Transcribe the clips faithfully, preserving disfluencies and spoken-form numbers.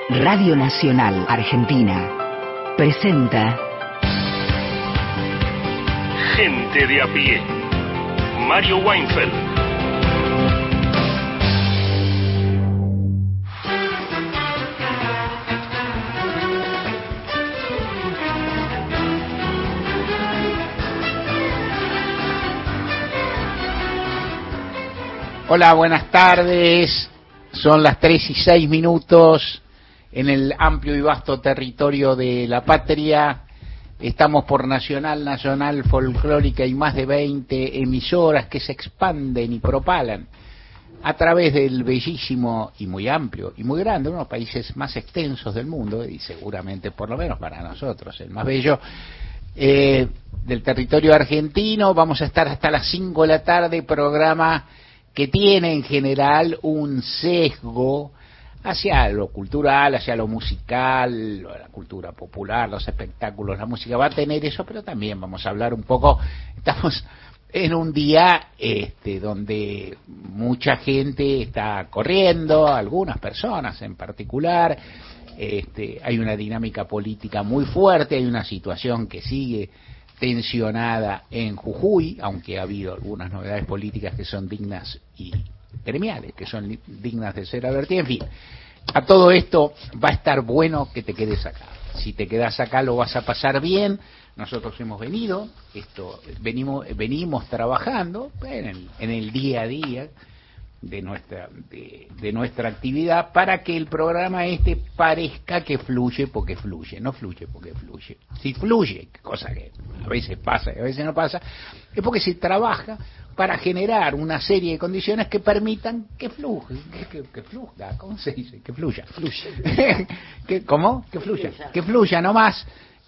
Radio Nacional Argentina presenta Gente de a pie. Mario Weinfeld. Hola, buenas tardes. Son las tres y seis minutos en el amplio y vasto territorio de la patria. Estamos por Nacional, Nacional Folclórica y más de veinte emisoras que se expanden y propalan a través del bellísimo y muy amplio y muy grande, uno de los países más extensos del mundo, y seguramente por lo menos para nosotros el más bello, eh, del territorio argentino. Vamos a estar hasta las cinco de la tarde, programa que tiene en general un sesgo hacia lo cultural, hacia lo musical, la cultura popular, los espectáculos, la música va a tener eso, pero también vamos a hablar un poco. Estamos en un día este, donde mucha gente está corriendo, algunas personas en particular, este, hay una dinámica política muy fuerte, hay una situación que sigue tensionada en Jujuy, aunque ha habido algunas novedades políticas que son dignas y gremiales, que son dignas de ser advertidas. En fin, a todo esto va a estar bueno que te quedes acá. Si te quedas acá lo vas a pasar bien. Nosotros hemos venido, esto venimos venimos trabajando en el, en el día a día de nuestra de, de nuestra actividad para que el programa este parezca que fluye porque fluye, no fluye porque fluye. Si fluye, cosa que a veces pasa y a veces no pasa, es porque se trabaja para generar una serie de condiciones que permitan que fluya, que, que, que fluya, ¿cómo se dice? Que fluya, fluye. que, ¿Cómo? Que fluya, que fluya nomás.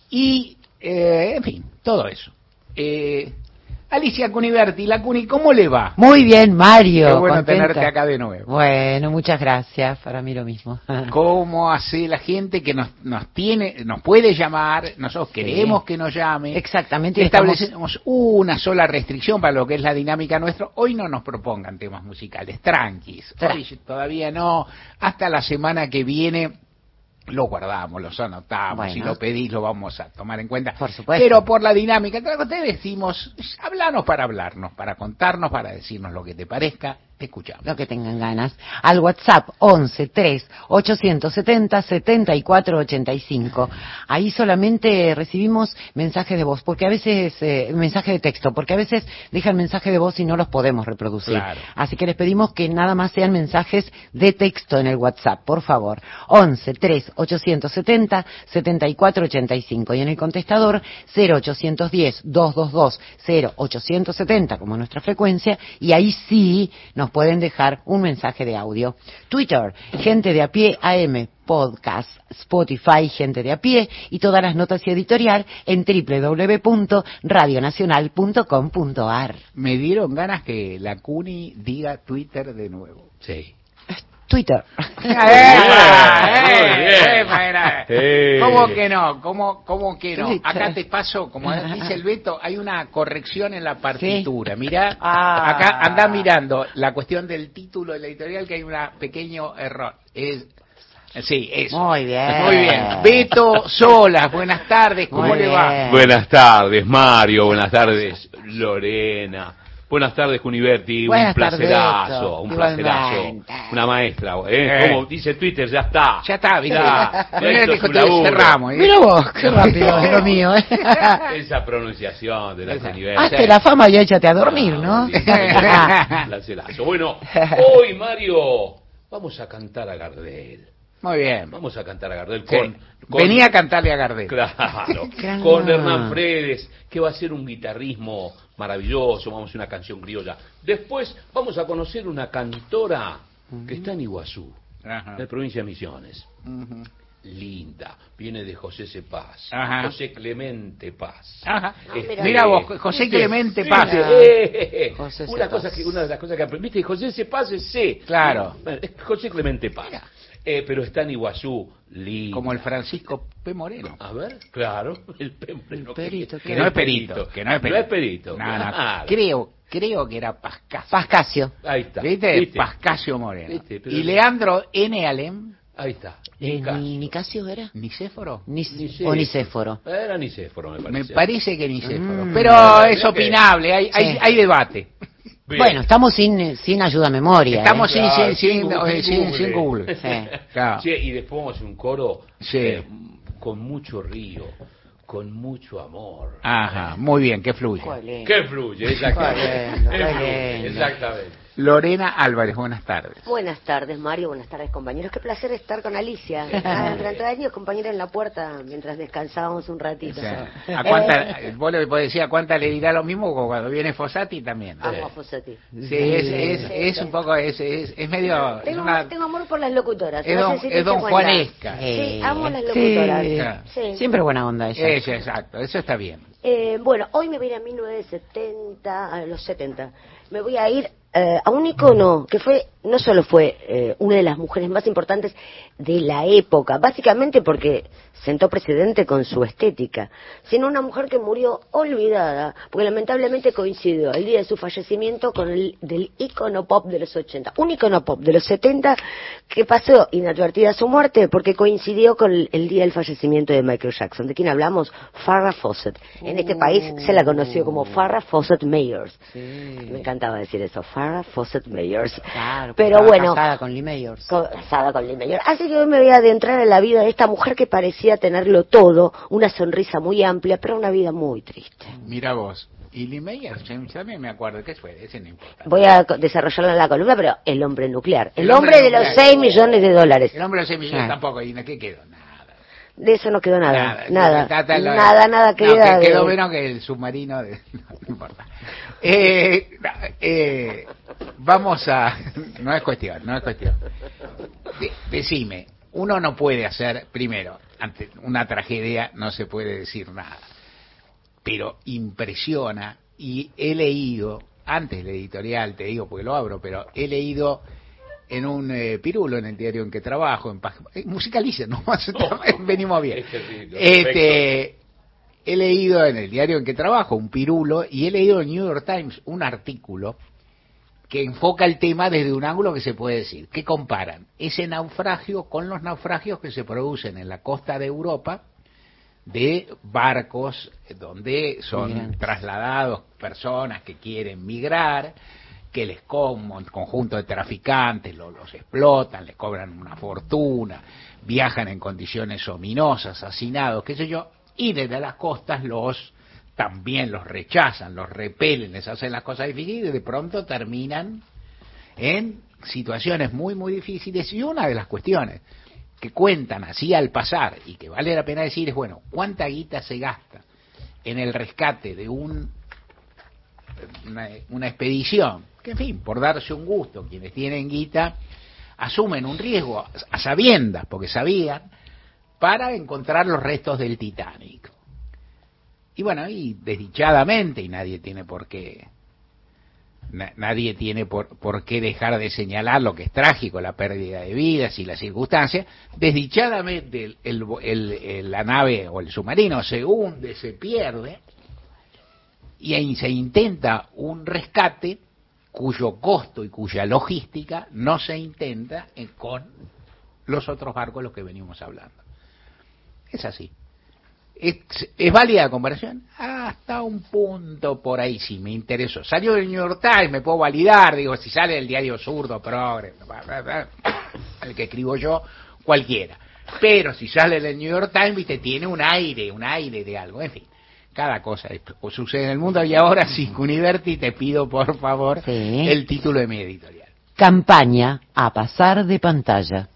Y, eh, en fin, todo eso. Eh, Alicia Cuniverti, la Cuni, ¿cómo le va? Muy bien, Mario. Qué bueno contenta. tenerte acá de nuevo. Bueno, muchas gracias, para mí lo mismo. ¿Cómo hace la gente que nos nos tiene, nos puede llamar? Nosotros queremos sí. que nos llame. Exactamente. Establecemos estamos... una sola restricción para lo que es la dinámica nuestra. Hoy no nos propongan temas musicales, tranquis. Tra- Hoy todavía no. Hasta la semana que viene lo guardamos, los anotamos, bueno. Si lo pedís lo vamos a tomar en cuenta. Por supuesto. Pero por la dinámica, te decimos, hablanos para hablarnos, para contarnos, para decirnos lo que te parezca, te escuchamos. Lo que tengan ganas. Al WhatsApp once tres ochocientos setenta setenta y cuatro ochenta y cinco. Ahí solamente recibimos mensajes de voz, porque a veces, eh, mensaje de texto, porque a veces dejan mensaje de voz y no los podemos reproducir. Claro. Así que les pedimos que nada más sean mensajes de texto en el WhatsApp, por favor. once tres ochocientos setenta setenta y cuatro ochenta y cinco. Y en el contestador cero ochocientos diez doscientos veintidós cero ochocientos setenta como nuestra frecuencia, y ahí sí nos pueden dejar un mensaje de audio. Twitter, Gente de a pie A M, podcast, Spotify, Gente de a pie, y todas las notas y editorial en doble u doble u doble u punto radio nacional punto com punto a r. Me dieron ganas que la Cuni diga Twitter de nuevo. Sí. Twitter. ¿Cómo que no? ¿Cómo, cómo que no? Twitter. Acá te paso, como dice el Beto, hay una corrección en la partitura. ¿Sí? Mirá, Ah. acá anda mirando la cuestión del título de la editorial, que hay un pequeño error. Es Sí, eso. Muy bien. Muy bien. Beto Solas, buenas tardes, ¿cómo Muy le va? bien. Buenas tardes, Mario, buenas tardes, Lorena. Buenas tardes, Cuniverti, Buenas un placerazo, tardes, un igualmente. placerazo. Una maestra, ¿eh? Eh. Como dice Twitter, ya está. Ya está, ¿viste? Ya. Mirá Esto que es un te laburo. cerramos, ¿eh? Mira vos, qué rápido es lo mío, ¿eh? Esa pronunciación de la Esa. Cuniverti. Hazte la fama y échate a dormir, ¿no? Un placerazo. Bueno, hoy, Mario, vamos a cantar a Gardel. Muy bien. Vamos a cantar a Gardel Sí. con, con... Venía a cantarle a Gardel. Claro, Claro. con Hernán Fredes, que va a ser un guitarrismo maravilloso, vamos a hacer una canción criolla. Después vamos a conocer una cantora que está en Iguazú, Ajá. en la provincia de Misiones. Ujú. Linda, viene de José C. Paz, Ajá. José Clemente Paz. Ajá. Este, Mira vos, José ¿viste? Clemente ¿Viste? Paz. Eh, eh, eh. José C. Una Paz. cosa que, una de las cosas que aprendiste, José C. Paz es C. Claro. Bueno, es José Clemente Paz. Eh, pero está en Iguazú, linda. Como el Francisco P. Moreno. A ver, claro, el P. Moreno. El perito, Que no es perito, que no es perito. No es perito. No, no, Claro. creo, creo que era Pascasio. Pascasio. Ahí está. ¿Viste? ¿Viste? Pascasio Moreno. ¿Viste? Pero- Y Leandro N. Alem. Ahí está. Eh, Nicasio. ¿Ni Nicasio era? ¿Nicéforo? Nis- Nicéforo. ¿O Nicéforo? Era Nicéforo, me Me parece. parece que Nicéforo. Mm. Pero Bueno, es bien que- opinable, hay, hay, Sí. hay debate. Bien. Bueno, estamos sin, sin ayuda a memoria. Estamos ¿eh? sin, Claro, sin, sin, sin Google, eh, sin- sin sin Google. Google. Sí. Claro. Sí, y después vamos a hacer un coro Sí. eh, con mucho río, con mucho amor. Ajá, muy bien, que fluye. Qué lindo. Que fluye, exactamente. Qué lindo, Que qué fluye, lindo. exactamente. Lorena Álvarez, buenas tardes. Buenas tardes, Mario. Buenas tardes, compañeros. Qué placer estar con Alicia. Ah, Durante años, compañera en la puerta, mientras descansábamos un ratito. O sea, ¿a cuánta, vos le podés decir a cuánta le dirá lo mismo como cuando viene Fossati también? Amo a Fossati. Sí, es, es, es un poco, es, es, es medio... es Tengo, una- tengo amor por las locutoras. es no don, sé si te es don diste cuenta. Juanesca. Sí, amo las Sí. locutoras. Claro. Sí. Siempre buena onda ella. Eso, exacto, eso está bien. Eh, bueno, hoy me voy a ir a mil novecientos setenta, a los setenta. Me voy a ir eh, a un icono que fue, no solo fue eh, una de las mujeres más importantes de la época, básicamente porque sentó precedente con su estética, sino una mujer que murió olvidada, porque lamentablemente coincidió el día de su fallecimiento con el del icono pop de los ochenta. Un icono pop de los setenta que pasó inadvertida su muerte porque coincidió con el, el día del fallecimiento de Michael Jackson. ¿De quién hablamos? Farrah Fawcett. En este país se la conoció como Farrah Fawcett Mayors. Sí. Me encantaba decir eso, Farrah Fawcett Mayors. Claro, Pero estaba bueno, casada con Lee Mayors. casada con Lee Mayors. Así que hoy me voy a adentrar en la vida de esta mujer que parecía tenerlo todo, una sonrisa muy amplia, pero una vida muy triste. Mira vos. Y Lee Mayers, yo también me acuerdo, ¿qué fue? Ese no importa. Voy a co- desarrollarla en la columna, pero el hombre nuclear. El, El hombre, hombre de los nuclear. seis millones de dólares. El hombre de los seis millones Ah. tampoco, ¿y qué quedó? Nada. De eso no quedó nada. Nada. Está- está lo- Nada, nada No, queda. que quedó de- menos que el submarino de... No, no importa. Eh, eh, vamos a... No es cuestión, no es cuestión. De- decime, uno no puede hacer, primero, ante una tragedia no se puede decir nada, pero impresiona, y he leído, antes del editorial, te digo porque lo abro, pero he leído en un eh, pirulo en el diario en que trabajo, en Paj- eh, musicalicen, ¿no? Venimos bien. Es terrible, Este, he leído en el diario en que trabajo un pirulo y he leído en New York Times un artículo que enfoca el tema desde un ángulo que se puede decir, que comparan ese naufragio con los naufragios que se producen en la costa de Europa de barcos donde son Migrantes. trasladados personas que quieren migrar, que les como un conjunto de traficantes, lo- los explotan, les cobran una fortuna, viajan en condiciones ominosas, hacinados, qué sé yo, y desde las costas los también los rechazan, los repelen, les hacen las cosas difíciles y de pronto terminan en situaciones muy, muy difíciles. Y una de las cuestiones que cuentan así al pasar y que vale la pena decir es, bueno, ¿cuánta guita se gasta en el rescate de un una, una expedición? Que, en fin, por darse un gusto, quienes tienen guita asumen un riesgo a sabiendas, porque sabían, para encontrar los restos del Titanic. Y bueno, y desdichadamente, y nadie tiene por qué na- nadie tiene por, por qué dejar de señalar lo que es trágico, la pérdida de vidas y las circunstancias, desdichadamente el, el, el- el- la nave o el submarino se hunde, se pierde, y ahí se intenta un rescate cuyo costo y cuya logística no se intenta eh, con los otros barcos de los que venimos hablando. Es así. ¿Es, ¿Es válida la comparación? Hasta un punto por ahí sí me interesó. Salió del New York Times, me puedo validar, digo, si sale del diario Zurdo, Progre, bla, bla, bla, el que escribo yo, cualquiera. Pero si sale del New York Times, viste, tiene un aire, un aire de algo, en fin. Cada cosa sucede en el mundo. Y ahora sí, Cuniverti, te pido por favor Sí. el título de mi editorial. Campaña a pasar de pantalla.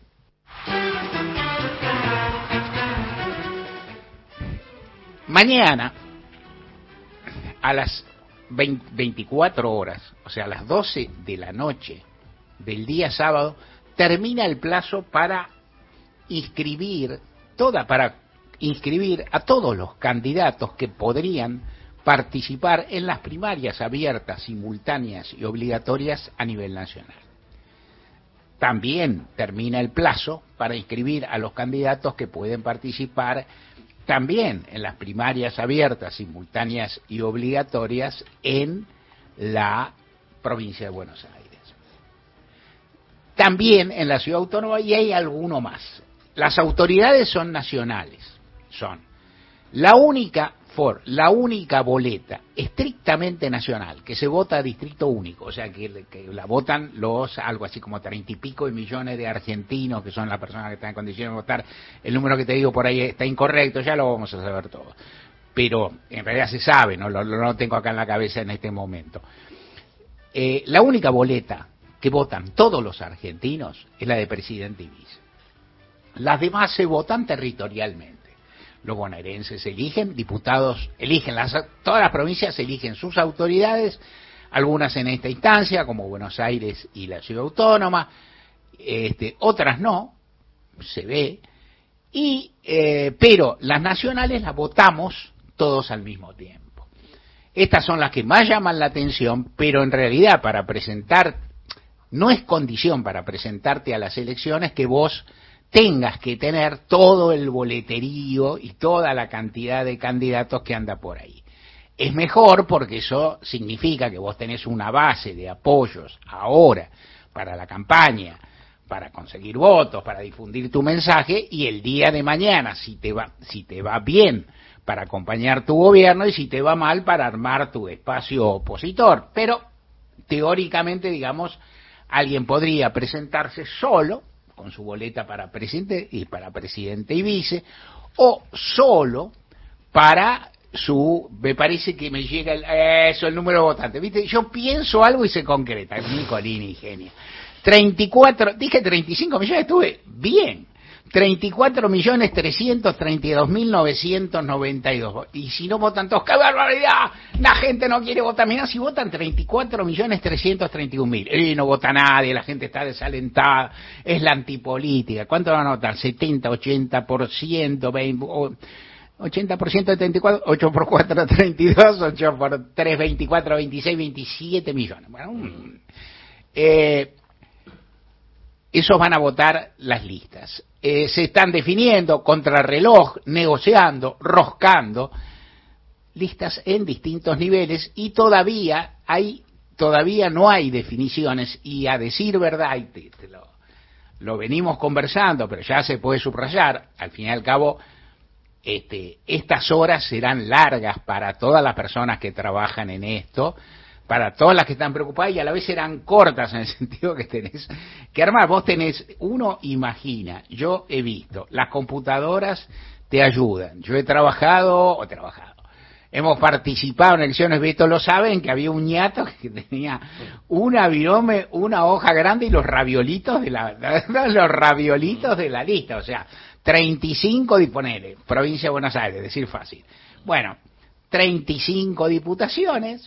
Mañana, a las veinte, veinticuatro horas, o sea, a las doce de la noche del día sábado, termina el plazo para inscribir toda, para inscribir a todos los candidatos que podrían participar en las primarias abiertas, simultáneas y obligatorias a nivel nacional. También termina el plazo para inscribir a los candidatos que pueden participar también en las primarias abiertas, simultáneas y obligatorias en la provincia de Buenos Aires. también en la ciudad autónoma, y hay alguno más. Las autoridades son nacionales, son la única for, la única boleta estrictamente nacional que se vota a distrito único, o sea que, que la votan los algo así como treinta y pico de millones de argentinos que son las personas que están en condiciones de votar. El número que te digo por ahí está incorrecto, ya lo vamos a saber todo, pero en realidad se sabe, no lo, lo tengo acá en la cabeza en este momento. Eh, la única boleta que votan todos los argentinos es la de presidente y vice. Las demás se votan territorialmente. Los bonaerenses eligen diputados, eligen las, todas las provincias eligen sus autoridades, algunas en esta instancia, como Buenos Aires y la Ciudad Autónoma, este, otras no, se ve, y eh, pero las nacionales las votamos todos al mismo tiempo. Estas son las que más llaman la atención, pero en realidad para presentar, no es condición para presentarte a las elecciones que vos tengas que tener todo el boleterío y toda la cantidad de candidatos que anda por ahí. Es mejor porque eso significa que vos tenés una base de apoyos ahora para la campaña, para conseguir votos, para difundir tu mensaje, y el día de mañana, si te va, si te va bien, para acompañar tu gobierno, y si te va mal, para armar tu espacio opositor. Pero teóricamente, digamos, alguien podría presentarse solo con su boleta para presidente y para presidente y vice, o solo para su, me parece que me llega el, eso, el número de votantes, ¿viste? Yo pienso algo y se concreta, es Nicolini, genia. treinta y cuatro, dije treinta y cinco millones, estuve bien. treinta y cuatro millones trescientos treinta y dos mil novecientos noventa y dos. Y si no votan todos, ¡qué barbaridad! La gente no quiere votar. Mirá, si votan treinta y cuatro millones trescientos treinta y un mil. Y no vota nadie, la gente está desalentada. Es la antipolítica. ¿Cuánto van a votar? setenta, ochenta por ciento, veinte, ochenta por ciento de treinta y cuatro, ocho por cuatro, treinta y dos, ocho por tres, veinticuatro, veintiséis, veintisiete millones. Bueno, um, eh, esos van a votar las listas. Eh, se están definiendo contrarreloj, negociando, roscando listas en distintos niveles, y todavía hay, todavía no hay definiciones, y a decir verdad, y te, te lo, lo venimos conversando, pero ya se puede subrayar, al fin y al cabo, este, estas horas serán largas para todas las personas que trabajan en esto, para todas las que están preocupadas, y a la vez serán cortas en el sentido que tenés que armar. Vos tenés, uno imagina, yo he visto, las computadoras te ayudan. Yo he trabajado, o trabajado, hemos participado en elecciones, Beto lo saben, que había un ñato que tenía una virome, una hoja grande y los raviolitos de la, los raviolitos de la lista, o sea, treinta y cinco, disponele, provincia de Buenos Aires, decir fácil. Bueno, treinta y cinco diputaciones,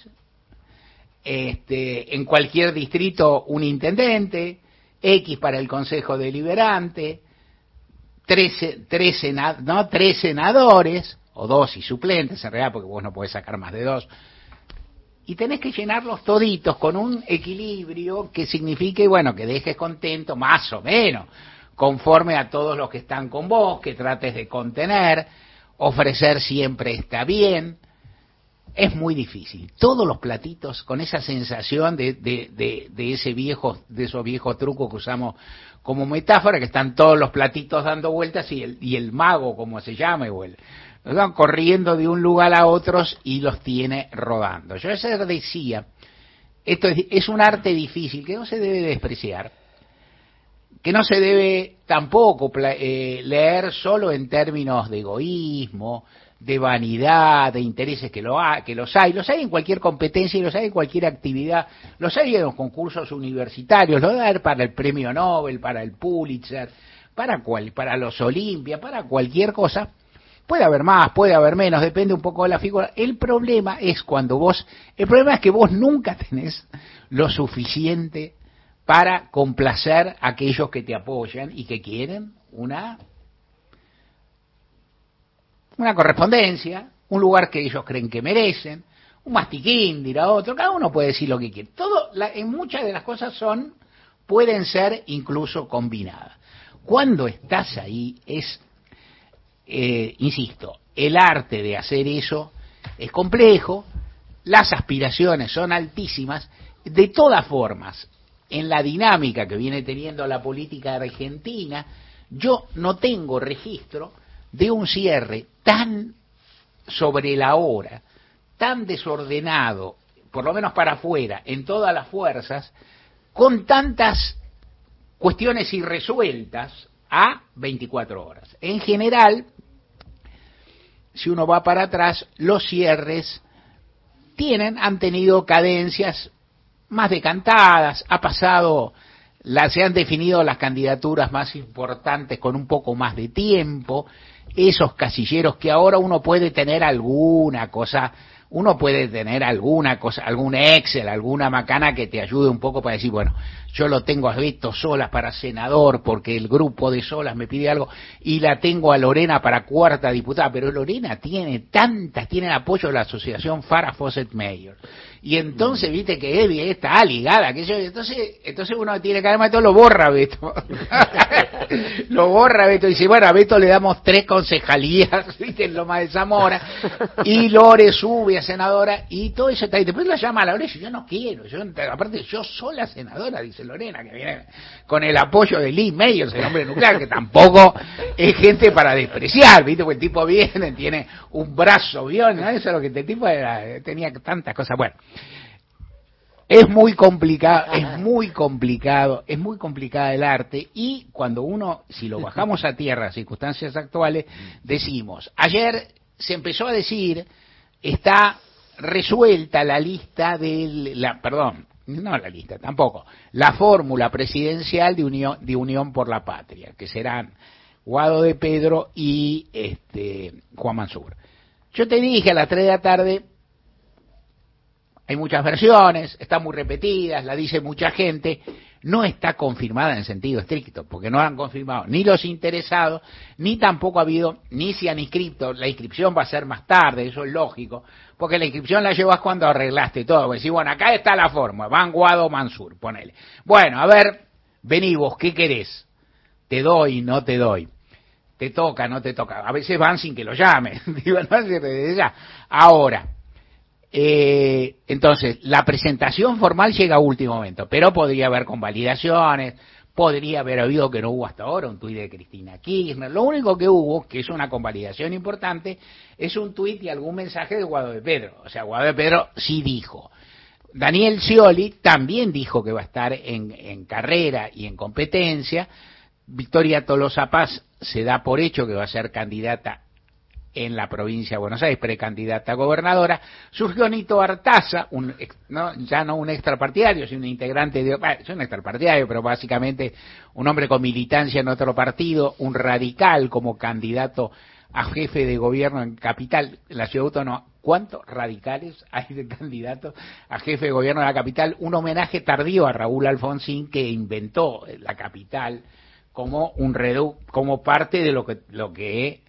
Este, en cualquier distrito un intendente, X para el Consejo Deliberante, tres, tres, senad, ¿no? tres senadores, o dos y suplentes en realidad, porque vos no podés sacar más de dos, y tenés que llenarlos toditos con un equilibrio que signifique, bueno, que dejes contento, más o menos, conforme a todos los que están con vos, que trates de contener, ofrecer siempre está bien. Es muy difícil. Todos los platitos con esa sensación de, de, de, de ese viejo, de esos viejos trucos que usamos como metáfora, que están todos los platitos dando vueltas y el, y el mago, como se llama, o el, van corriendo de un lugar a otros y los tiene rodando. Yo ayer decía, esto es, es un arte difícil que no se debe despreciar, que no se debe tampoco eh, leer solo en términos de egoísmo, de vanidad, de intereses, que, lo ha, que los hay, los hay en cualquier competencia y los hay en cualquier actividad, los hay en los concursos universitarios, los hay para el premio Nobel, para el Pulitzer, para, cual, para los Olimpia, para cualquier cosa. Puede haber más, puede haber menos, depende un poco de la figura. El problema es cuando vos, el problema es que vos nunca tenés lo suficiente para complacer a aquellos que te apoyan y que quieren una una correspondencia, un lugar que ellos creen que merecen, un mastiquín, dirá otro, cada uno puede decir lo que quiere. Todo, la, en muchas de las cosas son, pueden ser incluso combinadas. Cuando estás ahí es, eh, insisto, el arte de hacer eso es complejo, las aspiraciones son altísimas, de todas formas, en la dinámica que viene teniendo la política argentina, yo no tengo registro de un cierre tan sobre la hora, tan desordenado, por lo menos para afuera, en todas las fuerzas, con tantas cuestiones irresueltas a veinticuatro horas. En general, si uno va para atrás, los cierres tienen, han tenido cadencias más decantadas, ha pasado, la, se han definido las candidaturas más importantes con un poco más de tiempo, esos casilleros que ahora uno puede tener alguna cosa, uno puede tener alguna cosa, algún Excel, alguna macana que te ayude un poco para decir, bueno, yo lo tengo a Beto Solas para senador porque el grupo de Solas me pide algo y la tengo a Lorena para cuarta diputada, pero Lorena tiene tantas, tiene el apoyo de la asociación Farah Fawcett Mayor. Y entonces, viste que Evi está ligada, que yo, entonces, entonces uno tiene que además todo lo borra Beto. Lo borra Beto y dice, bueno, a Beto le damos tres concejalías, viste, en Loma de Zamora, y Lore sube a senadora, y todo eso está ahí. Después la llama a Lore y dice, yo no quiero, yo, aparte yo soy la senadora, dice Lorena, que viene con el apoyo de Lee Mayors, el hombre nuclear, que tampoco es gente para despreciar, viste, porque el tipo viene, tiene un brazo, ¿vio? ¿No? Eso es lo que este tipo era, tenía tantas cosas, bueno. Es muy complicado, es muy complicado, es muy complicada el arte y cuando uno, si lo bajamos a tierra, circunstancias actuales, decimos, ayer se empezó a decir, está resuelta la lista de la, perdón, no la lista, tampoco, la fórmula presidencial de Unión, de Unión por la Patria, que serán Guado de Pedro y este Juan Mansur. Yo te dije a las tres de la tarde, hay muchas versiones, están muy repetidas, la dice mucha gente, no está confirmada en sentido estricto, porque no han confirmado ni los interesados, ni tampoco ha habido, ni se han inscrito, la inscripción va a ser más tarde, eso es lógico, porque la inscripción la llevas cuando arreglaste todo, porque si bueno, acá está la fórmula, Van Guado Mansur, ponele. Bueno, a ver, vení vos, ¿qué querés? Te doy, no te doy. Te toca, no te toca. A veces van sin que lo llamen, digo, no es desde ya. Ahora, Eh, entonces, la presentación formal llega a último momento, pero podría haber convalidaciones, podría haber habido, que no hubo hasta ahora, un tuit de Cristina Kirchner. Lo único que hubo, que es una convalidación importante, es un tuit y algún mensaje de Guado de Pedro. O sea, Guado de Pedro sí dijo. Daniel Scioli también dijo que va a estar en, en carrera y en competencia. Victoria Tolosa Paz se da por hecho que va a ser candidata en la provincia de Buenos Aires, precandidata a gobernadora. Surgió Nito Artaza, un, no, ya no un extrapartidario, sino un integrante de, bueno, es un extrapartidario, pero básicamente un hombre con militancia en otro partido, un radical como candidato a jefe de gobierno en Capital, en la ciudad autónoma. ¿Cuántos radicales hay de candidatos a jefe de gobierno de la Capital? Un homenaje tardío a Raúl Alfonsín, que inventó la Capital como un redu, como parte de lo que, lo que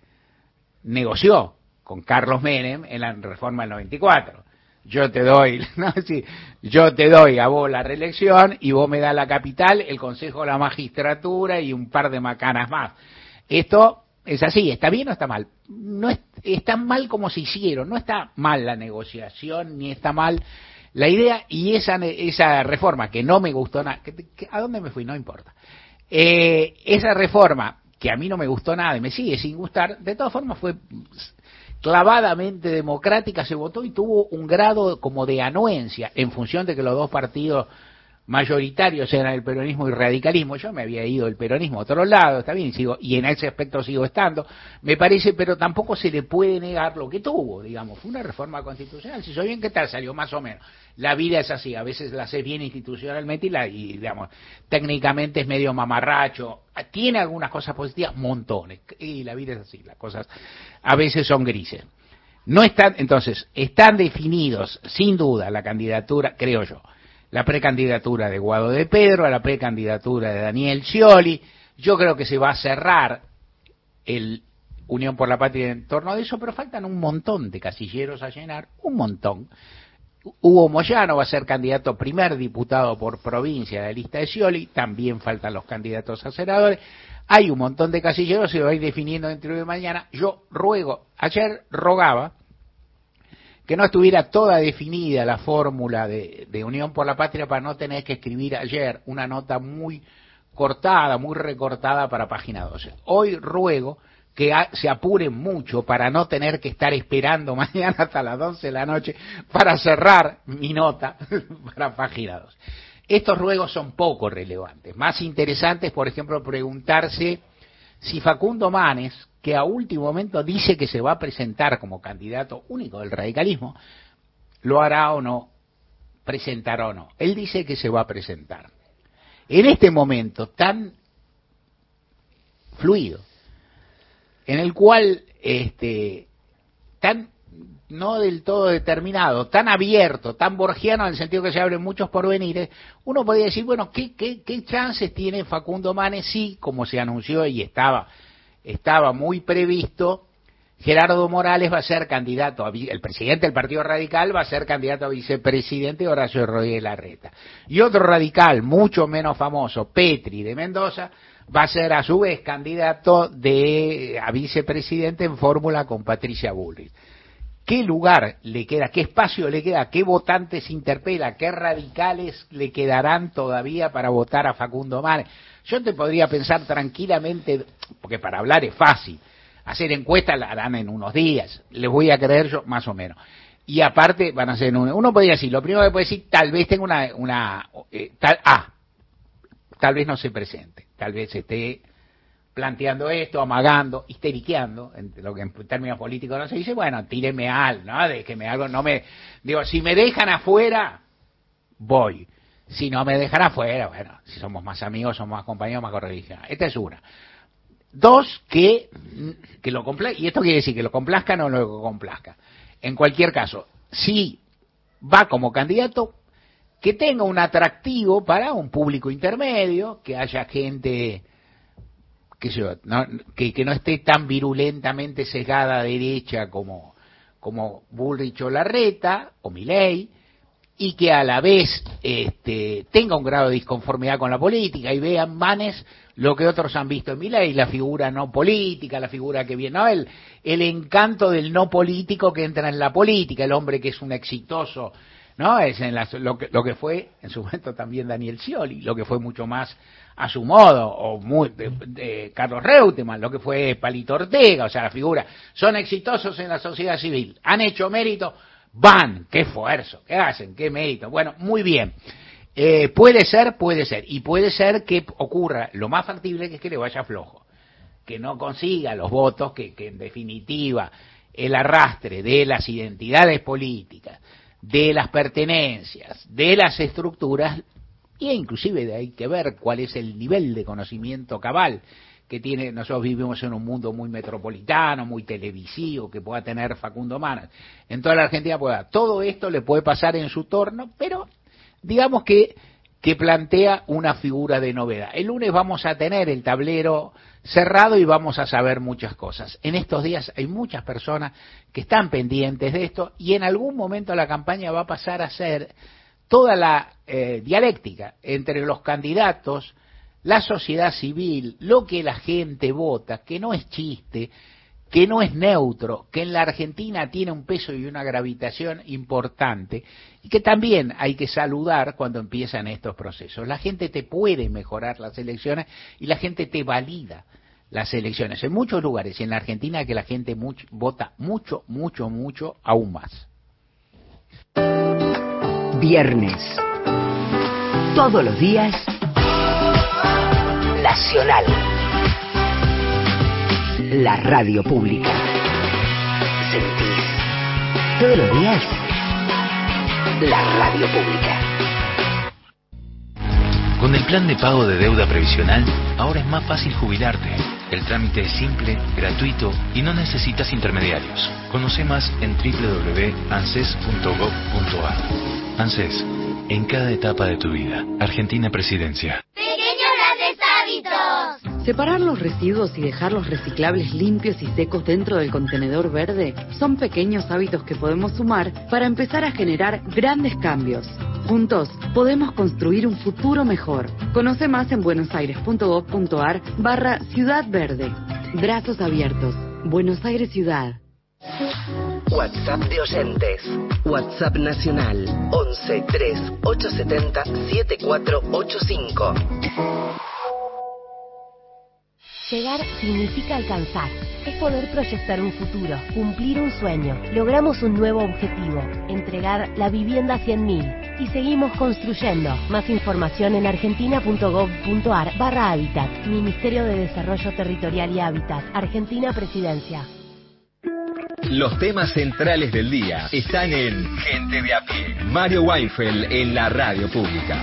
negoció con Carlos Menem en la reforma del noventa y cuatro. Yo te doy, no, sí, yo te doy a vos la reelección y vos me das la Capital, el Consejo de la Magistratura y un par de macanas más. Esto es así, ¿está bien o está mal? No es, está mal como se hicieron, no está mal la negociación, ni está mal la idea, y esa, esa reforma que no me gustó nada, ¿a dónde me fui? No importa. Eh, esa reforma que a mí no me gustó nada y me sigue sin gustar, de todas formas fue clavadamente democrática, se votó y tuvo un grado como de anuencia en función de que los dos partidos mayoritarios eran el peronismo y el radicalismo. Yo me había ido del peronismo a otro lado, está bien, sigo, y en ese aspecto sigo estando, me parece, pero tampoco se le puede negar lo que tuvo, digamos, fue una reforma constitucional, si soy bien, ¿qué tal? Salió más o menos. La vida es así, a veces la haces bien institucionalmente y, la, y digamos, técnicamente es medio mamarracho, tiene algunas cosas positivas, montones, y la vida es así, las cosas a veces son grises. No están, entonces, están definidos, sin duda, la candidatura, creo yo, la precandidatura de Guado de Pedro, a la precandidatura de Daniel Scioli. Yo creo que se va a cerrar el Unión por la Patria en torno de eso, pero faltan un montón de casilleros a llenar, un montón. Hugo Moyano va a ser candidato primer diputado por provincia de la lista de Scioli, también faltan los candidatos a senadores. Hay un montón de casilleros, se va a ir definiendo dentro de mañana. Yo ruego, ayer rogaba que no estuviera toda definida la fórmula de, de Unión por la Patria para no tener que escribir ayer una nota muy cortada, muy recortada para página doce. Hoy ruego que a, se apuren mucho para no tener que estar esperando mañana hasta las doce de la noche para cerrar mi nota para página doce. Estos ruegos son poco relevantes. Más interesantes, por ejemplo, preguntarse si Facundo Manes, que a último momento dice que se va a presentar como candidato único del radicalismo, lo hará o no, presentará o no. Él dice que se va a presentar. En este momento tan fluido, en el cual este tan no del todo determinado, tan abierto, tan borgiano en el sentido que se abren muchos porvenires, uno podría decir, bueno, ¿qué, qué, qué chances tiene Facundo Manes si, como se anunció y estaba, estaba muy previsto, Gerardo Morales va a ser candidato, a, el presidente del Partido Radical va a ser candidato a vicepresidente Horacio Rodríguez Larreta. Y otro radical, mucho menos famoso, Petri de Mendoza, va a ser a su vez candidato de, a vicepresidente en fórmula con Patricia Bullrich. ¿Qué lugar le queda, qué espacio le queda, qué votantes interpela, qué radicales le quedarán todavía para votar a Facundo Manes? Yo te podría pensar tranquilamente, porque para hablar es fácil, hacer encuestas la harán en unos días, les voy a creer yo más o menos. Y aparte van a ser en un, uno podría decir, lo primero que puede decir, tal vez tenga una, una eh, tal, ah, tal vez no se presente, tal vez esté planteando esto, amagando, histeriqueando, en lo que en términos políticos no se dice, bueno, tíreme algo, ¿no? Déjeme algo, no me, digo, si me dejan afuera, voy. Si no me dejan afuera, bueno, si somos más amigos, somos más compañeros, más correligiones. Esta es una. Dos, que, que lo complazca, y esto quiere decir que lo complazca o no lo complazca. En cualquier caso, si va como candidato, que tenga un atractivo para un público intermedio, que haya gente que, yo, no, que, que no esté tan virulentamente sesgada a derecha como, como Bullrich o Larreta o Milei, y que a la vez este, tenga un grado de disconformidad con la política y vean Manes lo que otros han visto en Milei, la figura no política, la figura que viene, no, el, el encanto del no político que entra en la política, el hombre que es un exitoso, no, es en la, lo, que, lo que fue en su momento también Daniel Scioli, lo que fue mucho más a su modo, o muy, de, de Carlos Reutemann, lo que fue Palito Ortega, o sea, la figura, son exitosos en la sociedad civil, han hecho mérito, van, qué esfuerzo, qué hacen, qué mérito, bueno, muy bien, eh, puede ser, puede ser, y puede ser que ocurra, lo más factible que es que le vaya flojo, que no consiga los votos, que, que en definitiva el arrastre de las identidades políticas, de las pertenencias, de las estructuras, y inclusive hay que ver cuál es el nivel de conocimiento cabal que tiene. Nosotros vivimos en un mundo muy metropolitano, muy televisivo, que pueda tener Facundo Manes. En toda la Argentina pueda. Todo esto le puede pasar en su torno, pero digamos que, que plantea una figura de novedad. El lunes vamos a tener el tablero cerrado y vamos a saber muchas cosas. En estos días hay muchas personas que están pendientes de esto y en algún momento la campaña va a pasar a ser toda la eh, dialéctica entre los candidatos, la sociedad civil, lo que la gente vota, que no es chiste, que no es neutro, que en la Argentina tiene un peso y una gravitación importante y que también hay que saludar cuando empiezan estos procesos. La gente te puede mejorar las elecciones y la gente te valida las elecciones. En muchos lugares, en la Argentina, que la gente mucho, vota mucho, mucho, mucho, aún más. Viernes. Todos los días. Nacional. La radio pública. Sentís. Todos los días. La radio pública. Con el plan de pago de deuda previsional, ahora es más fácil jubilarte. El trámite es simple, gratuito y no necesitas intermediarios. Conoce más en doble u doble u doble u punto anses punto gob punto ar. ANSES, en cada etapa de tu vida. Argentina Presidencia. ¡Pequeños grandes hábitos! Separar los residuos y dejar los reciclables limpios y secos dentro del contenedor verde son pequeños hábitos que podemos sumar para empezar a generar grandes cambios. Juntos podemos construir un futuro mejor. Conoce más en buenosaires punto gob punto ar barra Ciudad Verde. Brazos abiertos. Buenos Aires Ciudad. WhatsApp de oyentes. WhatsApp nacional once tres ocho setenta siete cuatro ocho cinco. Llegar significa alcanzar. Es poder proyectar un futuro, cumplir un sueño. Logramos un nuevo objetivo, entregar la vivienda cien mil. Y seguimos construyendo. Más información en argentina.gov.ar barra Hábitat. Ministerio de Desarrollo Territorial y Hábitat. Argentina Presidencia. Los temas centrales del día están en Gente de a pie. Mario Weinfeld en la radio pública.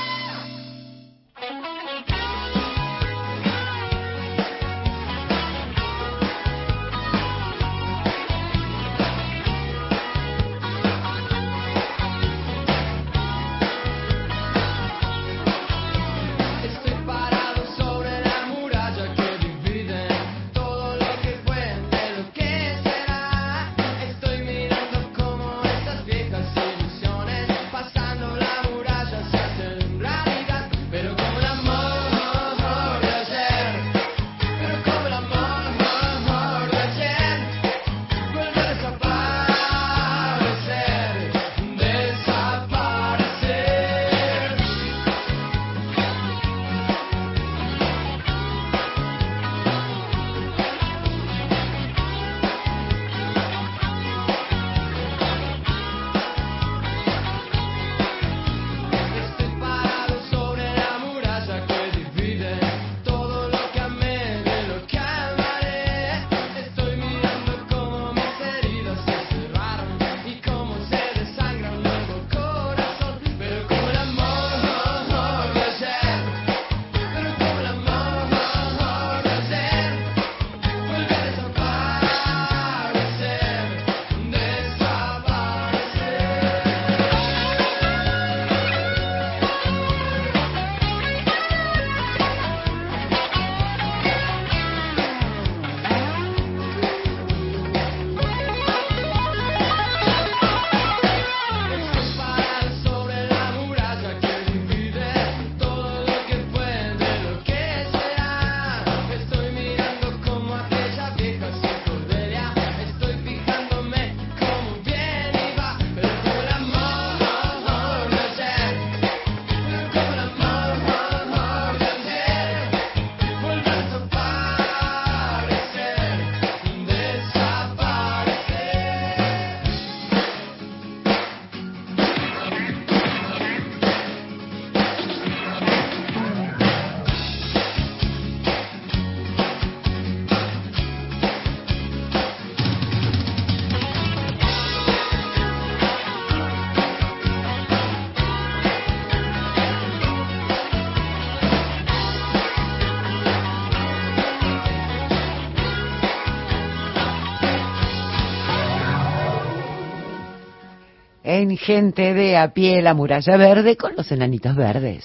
En Gente de a pie, la muralla verde con los enanitos verdes.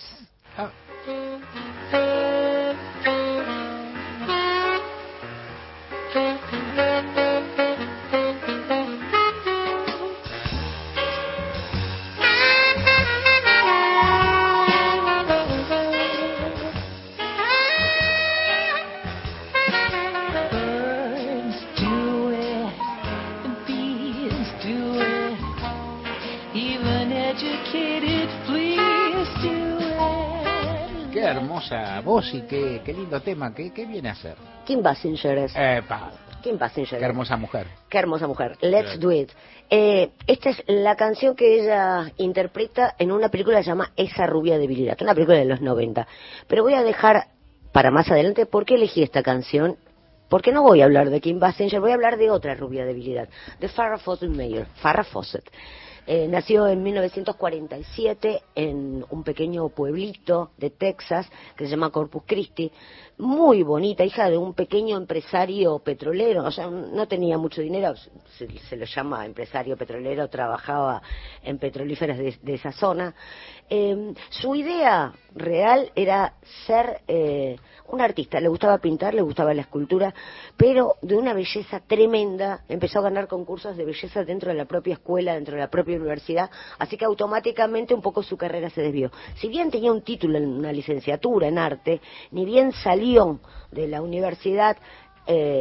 Voz y qué, qué lindo tema, ¿qué, qué viene a hacer? Kim Basinger es. Epa. Kim Basinger. Qué hermosa mujer. Qué hermosa mujer. Let's sí. Do It. Eh, esta es la canción que ella interpreta en una película que se llama Esa rubia debilidad, una película de los noventa. Pero voy a dejar para más adelante por qué elegí esta canción. Porque no voy a hablar de Kim Basinger, voy a hablar de otra rubia debilidad, de Farrah Fawcett Mayer. Farrah Fawcett. Eh, nació en mil novecientos cuarenta y siete en un pequeño pueblito de Texas que se llama Corpus Christi, muy bonita, hija de un pequeño empresario petrolero, o sea, no tenía mucho dinero, se, se lo llama empresario petrolero, trabajaba en petrolíferas de, de esa zona. Eh, su idea real era ser eh, un artista, le gustaba pintar, le gustaba la escultura, pero de una belleza tremenda. Empezó a ganar concursos de belleza dentro de la propia escuela, dentro de la propia universidad, así que automáticamente un poco su carrera se desvió. Si bien tenía un título en una licenciatura en arte, ni bien salió de la universidad, eh,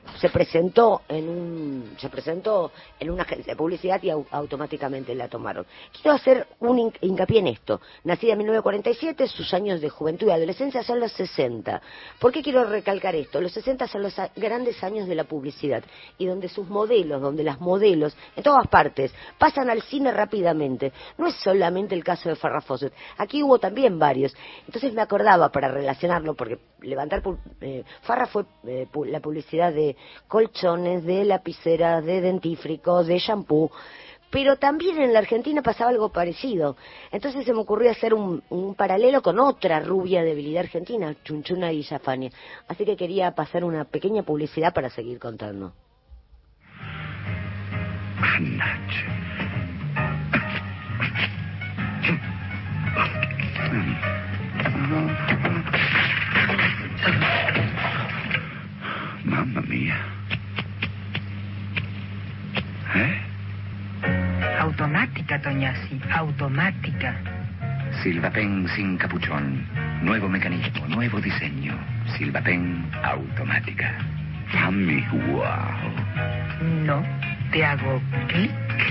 se presentó en un se presentó en una agencia de publicidad y au, automáticamente la tomaron. Quiero hacer un hincapié en esto. Nacida en mil novecientos cuarenta y siete, sus años de juventud y adolescencia son los sesenta. ¿Por qué quiero recalcar esto? Los sesenta son los a, grandes años de la publicidad y donde sus modelos, donde las modelos, en todas partes, pasan al cine rápidamente. No es solamente el caso de Farrah Fawcett. Aquí hubo también varios. Entonces me acordaba para relacionarlo, porque levantar... Eh, Farrah fue eh, pu la publicidad de colchones, de lapiceras, de dentífricos, de shampoo, pero también en la Argentina pasaba algo parecido. Entonces se me ocurrió hacer un, un paralelo con otra rubia de habilidad argentina, Chunchuna Guillafania. Así que quería pasar una pequeña publicidad para seguir contando. Mamma mía. ¿Eh? Automática, Toñasi, automática. Silvapen sin capuchón. Nuevo mecanismo, nuevo diseño. Silvapen automática. Mami, wow. No, te hago clic.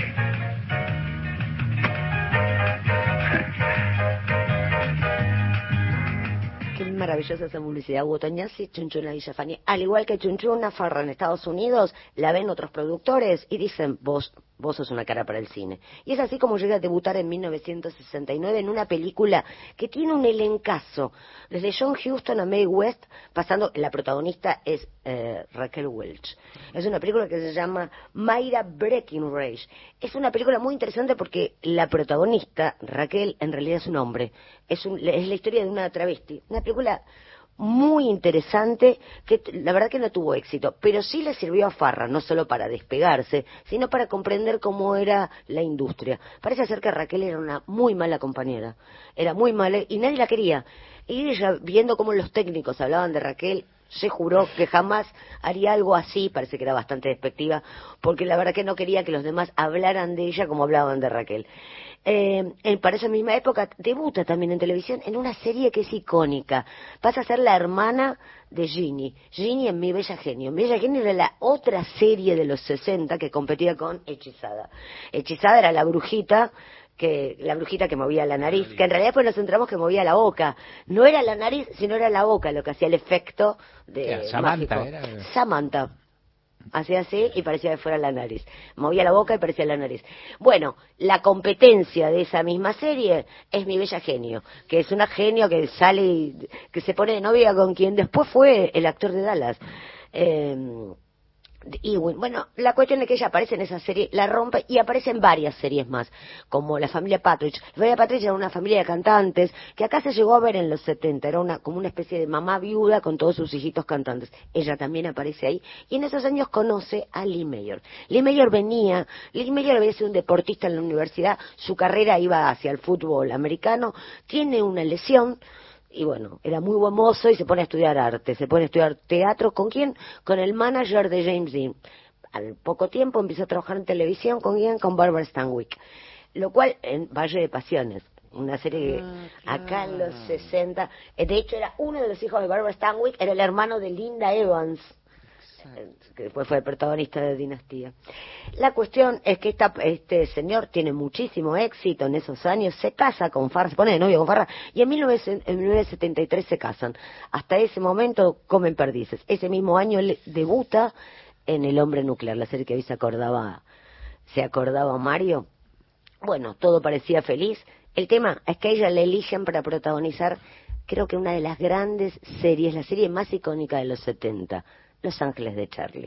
Qué maravillosa esa publicidad. Hugo Toñasi, Chunchuna Guillafani. Al igual que Chunchuna, Farrah en Estados Unidos, la ven otros productores y dicen, vos, vos sos una cara para el cine. Y es así como llega a debutar en mil novecientos sesenta y nueve en una película que tiene un elencazo. Desde John Huston a Mae West, pasando, la protagonista es eh, Raquel Welch. Es una película que se llama Mayra Breckinridge. Es una película muy interesante porque la protagonista, Raquel, en realidad es un hombre. Es, un, es la historia de una travesti. Una película muy interesante que la verdad que no tuvo éxito, pero sí le sirvió a Farrah, no solo para despegarse, sino para comprender cómo era la industria. Parece ser que Raquel era una muy mala compañera, era muy mala y nadie la quería. Y ella, viendo cómo los técnicos hablaban de Raquel, se juró que jamás haría algo así, parece que era bastante despectiva, porque la verdad que no quería que los demás hablaran de ella como hablaban de Raquel. Eh, para esa misma época debuta también en televisión en una serie que es icónica. Pasa a ser la hermana de Ginny. Ginny en Mi Bella Genio. Mi Bella Genio era la otra serie de los sesenta que competía con Hechizada. Hechizada era la brujita que la brujita que movía la nariz, que en realidad pues nos centramos que movía la boca. No era la nariz, sino era la boca lo que hacía el efecto de yeah, Samantha mágico. Era... Samantha. Hacía así y parecía que fuera la nariz. Movía la boca y parecía la nariz. Bueno, la competencia de esa misma serie es Mi Bella Genio, que es una genio que sale y que se pone de novia con quien después fue el actor de Dallas. Eh, Y bueno, la cuestión es que ella aparece en esa serie, la rompe y aparece en varias series más, como la familia Patridge. La familia Patridge era una familia de cantantes que acá se llegó a ver en los setenta, era una como una especie de mamá viuda con todos sus hijitos cantantes. Ella también aparece ahí y en esos años conoce a Lee Mayer. Lee Mayer venía, Lee Mayer había sido un deportista en la universidad, su carrera iba hacia el fútbol americano, tiene una lesión. Y bueno, era muy buen mozo y se pone a estudiar arte, se pone a estudiar teatro. ¿Con quién? Con el manager de James Dean. Al poco tiempo empezó a trabajar en televisión. ¿Con quién? Con Barbara Stanwyck. Lo cual, en Valle de Pasiones, una serie ah, claro. acá en los sesenta. De hecho, era uno de los hijos de Barbara Stanwyck, era el hermano de Linda Evans, que después fue el protagonista de Dinastía. La cuestión es que esta, este señor tiene muchísimo éxito en esos años, se casa con Farrah, se pone de novio con Farrah, y en mil novecientos setenta y tres se casan. Hasta ese momento comen perdices. Ese mismo año él debuta en El Hombre Nuclear, la serie que hoy se acordaba, se acordaba Mario. Bueno, todo parecía feliz. El tema es que a ella le eligen para protagonizar, creo que una de las grandes series, la serie más icónica de los setenta, Los Ángeles de Charlie.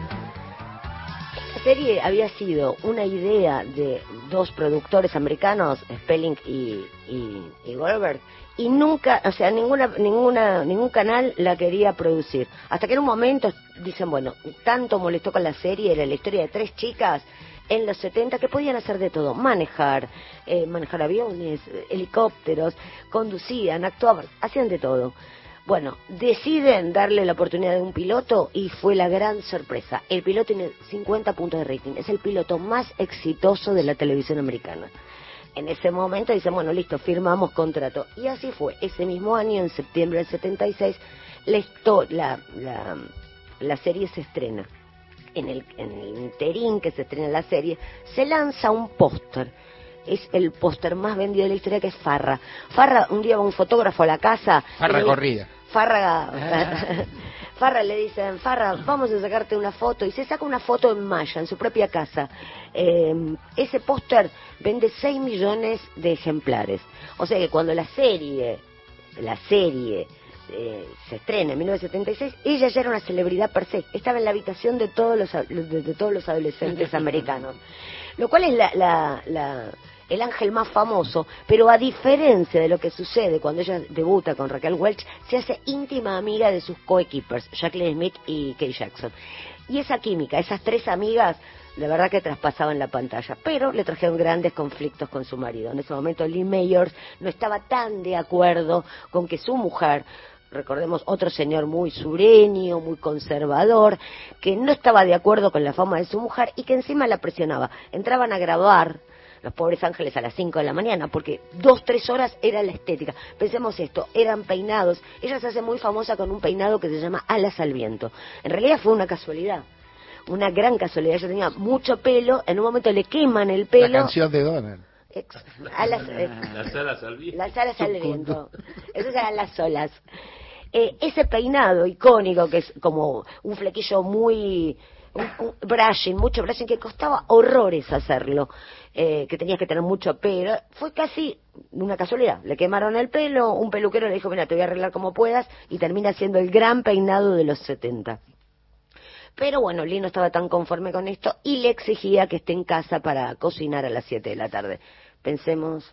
Esta serie había sido una idea de dos productores americanos, Spelling y, y, y Goldberg, y nunca, o sea, ninguna, ninguna, ningún canal la quería producir. Hasta que en un momento dicen, bueno, tanto molestó con la serie, era la historia de tres chicas en los setenta que podían hacer de todo, manejar, eh, manejar aviones, helicópteros, conducían, actuaban, hacían de todo. Bueno, deciden darle la oportunidad de un piloto y fue la gran sorpresa. El piloto tiene cincuenta puntos de rating, es el piloto más exitoso de la televisión americana. En ese momento dicen, bueno, listo, firmamos contrato. Y así fue. Ese mismo año, en septiembre del setenta y seis, la, la, la la serie se estrena. En el, en el interín que se estrena la serie, se lanza un póster. Es el póster más vendido de la historia, que es Farra. Farra, un día va un fotógrafo a la casa. Farra le, corrida. Farra... Farra le dicen, Farra, vamos a sacarte una foto, y se saca una foto en Maya, en su propia casa. Eh, ese póster vende seis millones de ejemplares. O sea que cuando la serie, la serie eh, se estrena en mil novecientos setenta y seis, ella ya era una celebridad per se. Estaba en la habitación de todos los, de, de todos los adolescentes americanos. Lo cual es la... la, la el ángel más famoso, pero a diferencia de lo que sucede cuando ella debuta con Raquel Welch, se hace íntima amiga de sus coequippers, Jacqueline Smith y Kay Jackson. Y esa química, esas tres amigas, de verdad que traspasaban la pantalla, pero le trajeron grandes conflictos con su marido. En ese momento Lee Mayors no estaba tan de acuerdo con que su mujer, recordemos otro señor muy sureño, muy conservador, que no estaba de acuerdo con la fama de su mujer y que encima la presionaba. Entraban a grabar Los Pobres Ángeles a las cinco de la mañana, porque dos, tres horas era la estética. Pensemos esto, eran peinados. Ella se hace muy famosa con un peinado que se llama Alas al Viento. En realidad fue una casualidad, una gran casualidad. Ella tenía mucho pelo, en un momento le queman el pelo. La canción de Donald. Ex, alas, eh, las alas al viento. Las alas al viento. Esas eran las olas. Eh, ese peinado icónico, que es como un flequillo muy... Un, un brushing, mucho brushing, que costaba horrores hacerlo, eh, que tenías que tener mucho pelo, fue casi una casualidad. Le quemaron el pelo, un peluquero le dijo, mira, te voy a arreglar como puedas, y termina siendo el gran peinado de los setenta. Pero bueno, Lee no estaba tan conforme con esto y le exigía que esté en casa para cocinar a las siete de la tarde. Pensemos,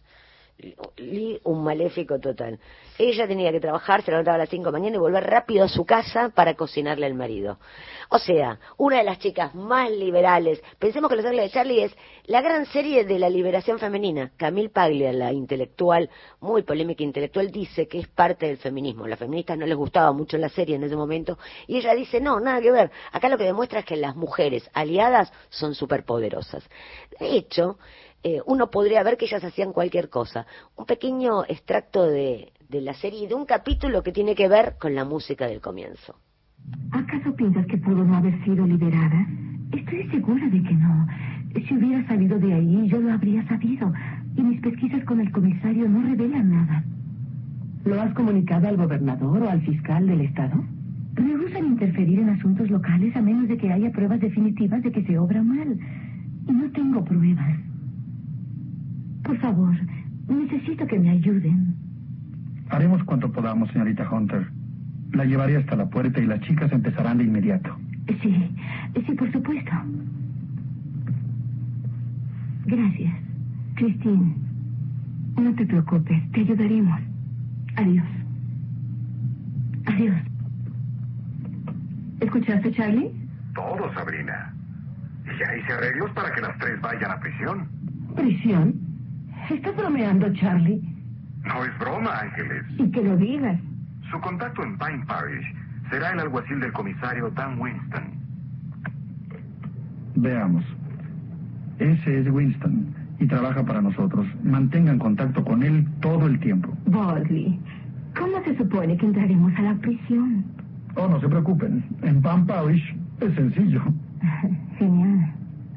Lee, un maléfico total. Ella tenía que trabajar, se levantaba a las cinco de la mañana y volver rápido a su casa para cocinarle al marido. O sea, una de las chicas más liberales. Pensemos que Los Ángeles de Charlie es la gran serie de la liberación femenina. Camille Paglia, la intelectual, muy polémica intelectual, dice que es parte del feminismo. A las feministas no les gustaba mucho la serie en ese momento, y ella dice, no, nada que ver. Acá lo que demuestra es que las mujeres aliadas son superpoderosas. De hecho, eh, uno podría ver que ellas hacían cualquier cosa. Un pequeño extracto de, de la serie, de un capítulo que tiene que ver con la música del comienzo. ¿Acaso piensas que pudo no haber sido liberada? Estoy segura de que no. Si hubiera salido de ahí, yo lo habría sabido. Y mis pesquisas con el comisario no revelan nada. ¿Lo has comunicado al gobernador o al fiscal del estado? Rehusan interferir en asuntos locales a menos de que haya pruebas definitivas de que se obra mal. Y no tengo pruebas. Por favor, necesito que me ayuden. Haremos cuanto podamos, señorita Hunter. La llevaré hasta la puerta y las chicas empezarán de inmediato. Sí, sí, por supuesto. Gracias. Christine, no te preocupes, te ayudaremos. Adiós. Adiós. ¿Escuchaste, Charlie? Todo, Sabrina. Y ya hice arreglos para que las tres vayan a prisión. ¿Prisión? ¿Estás bromeando, Charlie? No es broma, Ángeles. Y que lo digas. Su contacto en Pine Parish será el alguacil del comisario Dan Winston. Veamos. Ese es Winston y trabaja para nosotros. Mantengan contacto con él todo el tiempo. Bodley, ¿cómo se supone que entraremos a la prisión? Oh, no se preocupen. En Pine Parish es sencillo. Genial.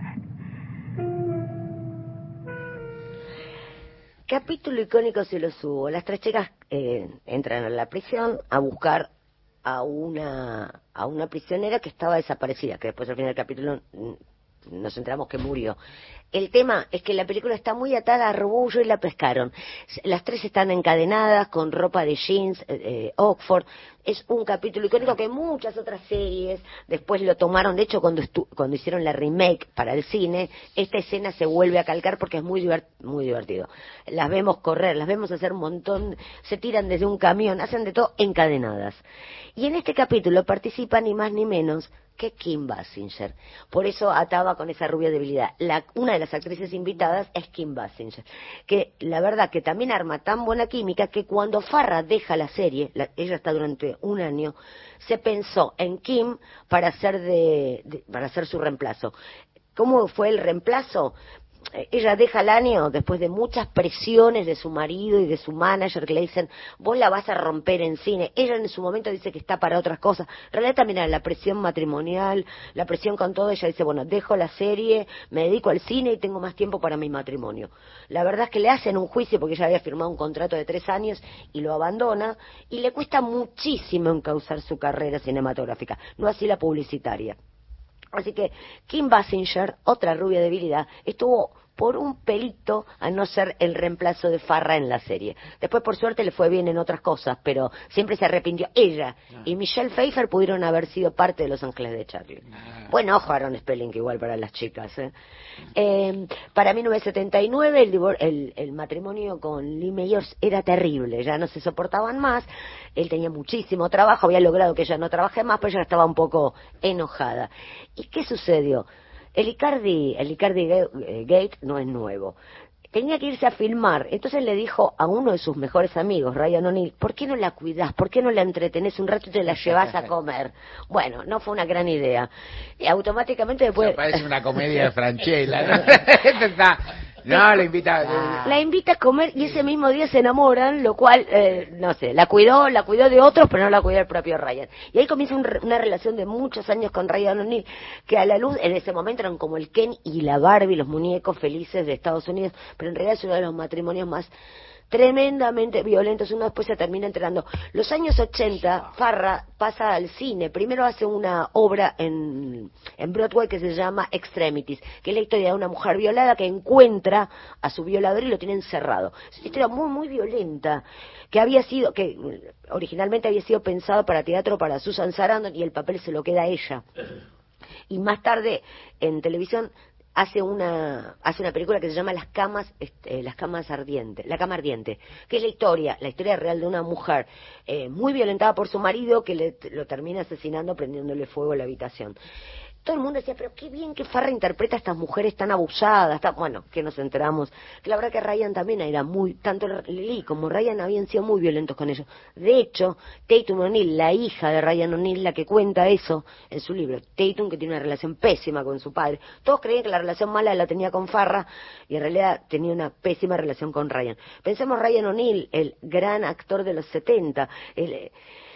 Capítulo icónico se lo subo. Las tres chicas eh, entran a la prisión a buscar a una a una prisionera que estaba desaparecida, que después al final del capítulo nos enteramos que murió. El tema es que la película está muy atada a Robullo y la pescaron. Las tres están encadenadas con ropa de jeans, eh, Oxford. Es un capítulo icónico que muchas otras series después lo tomaron. De hecho, cuando estu cuando hicieron la remake para el cine, esta escena se vuelve a calcar porque es muy, divert muy divertido. Las vemos correr, las vemos hacer un montón, se tiran desde un camión, hacen de todo encadenadas. Y en este capítulo participa ni más ni menos que Kim Basinger. Por eso ataba con esa rubia debilidad. La, una de las actrices invitadas es Kim Basinger, que la verdad que también arma tan buena química que cuando Farrah deja la serie, la, ella está durante un año, se pensó en Kim para hacer, de, de, para hacer su reemplazo. ¿Cómo fue el reemplazo? ella deja el año después de muchas presiones de su marido y de su manager que le dicen, vos la vas a romper en cine. Ella en su momento dice que está para otras cosas. En realidad también era la presión matrimonial, la presión con todo. Ella dice, bueno, dejo la serie, me dedico al cine y tengo más tiempo para mi matrimonio. La verdad es que le hacen un juicio porque ella había firmado un contrato de tres años y lo abandona, y le cuesta muchísimo encauzar su carrera cinematográfica, no así la publicitaria. Así que Kim Basinger, otra rubia de habilidad, estuvo por un pelito a no ser el reemplazo de Farrah en la serie. Después, por suerte, le fue bien en otras cosas, pero siempre se arrepintió. Ella ah. y Michelle Pfeiffer pudieron haber sido parte de Los Ángeles de Charlie. Ah. Buen ojo, Aaron Spelling, que igual para las chicas. ¿eh? Eh, para mil novecientos setenta y nueve, el, el, el matrimonio con Lee Mayors era terrible. Ya no se soportaban más. Él tenía muchísimo trabajo, había logrado que ella no trabaje más, pero ella estaba un poco enojada. ¿Y qué sucedió? El Icardi, el Icardi Gate no es nuevo. Tenía que irse a filmar, entonces le dijo a uno de sus mejores amigos, Ryan O'Neal, ¿por qué no la cuidás? ¿Por qué no la entretenés un rato y te la llevas a comer? Bueno, no fue una gran idea. Y automáticamente después... Eso parece una comedia de Franchella, ¿no? está... No, la invita a... La invita a comer y ese mismo día se enamoran, lo cual, eh, no sé, la cuidó, la cuidó de otros, pero no la cuidó el propio Ryan. Y ahí comienza un, una relación de muchos años con Ryan O'Neal, que a la luz, en ese momento eran como el Ken y la Barbie, los muñecos felices de Estados Unidos, pero en realidad es uno de los matrimonios más tremendamente violentos. Uno después se termina enterando. Los años ochenta, Farrah pasa al cine. Primero hace una obra en, en Broadway que se llama Extremities, que es la historia de una mujer violada que encuentra a su violador y lo tiene encerrado. Es una historia muy, muy violenta, que había sido, que originalmente había sido pensado para teatro para Susan Sarandon, y el papel se lo queda a ella. Y más tarde, en televisión, hace una hace una película que se llama Las camas este, las camas ardientes, La cama ardiente, que es la historia, la historia real de una mujer eh, muy violentada por su marido, que le, lo termina asesinando prendiéndole fuego a la habitación. Todo el mundo decía, pero qué bien que Farrah interpreta a estas mujeres tan abusadas, tan... bueno, que nos enteramos, que la verdad que Ryan también era muy, tanto Lee como Ryan habían sido muy violentos con ellos. De hecho, Tatum O'Neal, la hija de Ryan O'Neal, la que cuenta eso en su libro, Tatum, que tiene una relación pésima con su padre, todos creían que la relación mala la tenía con Farrah, y en realidad tenía una pésima relación con Ryan. Pensemos Ryan O'Neal, el gran actor de los setenta, el...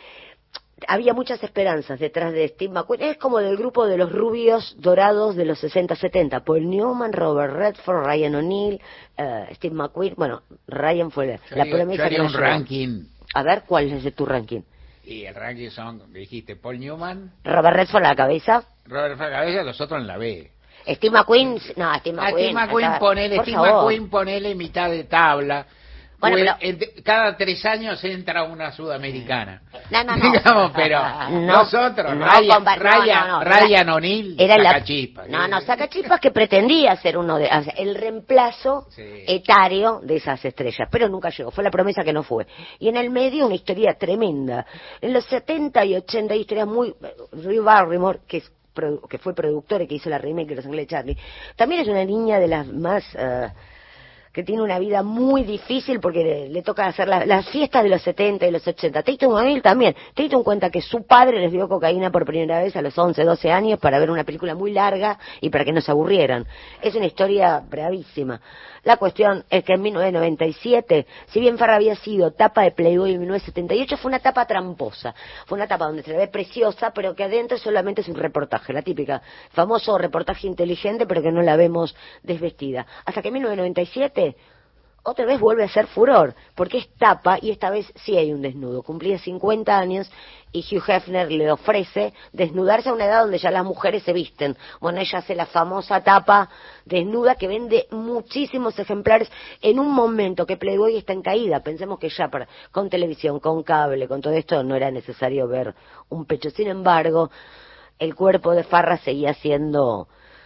había muchas esperanzas detrás de Steve McQueen. Es como del grupo de los rubios dorados de los sesenta setenta. Paul Newman, Robert Redford, Ryan O'Neal, uh, Steve McQueen. Bueno, Ryan fue la, yo la haría, promesa. Yo haría que un ranking. A ver, ¿cuál es de tu ranking? Y el ranking son, dijiste, Paul Newman, Robert Redford a la cabeza. Robert Redford a la cabeza, los otros en la B. Steve McQueen, no, Steve McQueen. A Steve McQueen ponele, Steve McQueen ponele mitad de tabla. Bueno, pero... el, cada tres años entra una sudamericana. No, no, no. Digamos, pero no, nosotros, no, Ryan, compa- Ryan, no, no, no. Ryan O'Neal, Sacachispas. No, no, Sacachispas que pretendía ser uno de, o sea, el reemplazo sí. etario de esas estrellas, pero nunca llegó. Fue la promesa que no fue. Y en el medio una historia tremenda. En los setenta y ochenta hay historias muy... Drew Barrymore, que es que fue productora y que hizo la remake de Los Ángeles de Charlie, también es una niña de las más... Uh, que tiene una vida muy difícil porque le, le toca hacer la, las fiestas de los setenta y los ochenta. Tatum O'Neal también. Tatum cuenta que su padre les dio cocaína por primera vez a los once, doce años para ver una película muy larga y para que no se aburrieran. Es una historia bravísima. La cuestión es que en mil novecientos noventa y siete, si bien Farrah había sido tapa de Playboy en mil novecientos setenta y ocho, fue una tapa tramposa. Fue una tapa donde se la ve preciosa, pero que adentro solamente es un reportaje, la típica, famoso reportaje inteligente, pero que no la vemos desvestida. Hasta que en mil novecientos noventa y siete otra vez vuelve a ser furor, porque es tapa y esta vez sí hay un desnudo. Cumplía cincuenta años y Hugh Hefner le ofrece desnudarse a una edad donde ya las mujeres se visten. Bueno, ella hace la famosa tapa desnuda que vende muchísimos ejemplares en un momento que Playboy está en caída. Pensemos que ya para, con televisión, con cable, con todo esto no era necesario ver un pecho. Sin embargo, el cuerpo de Farrah seguía siendo...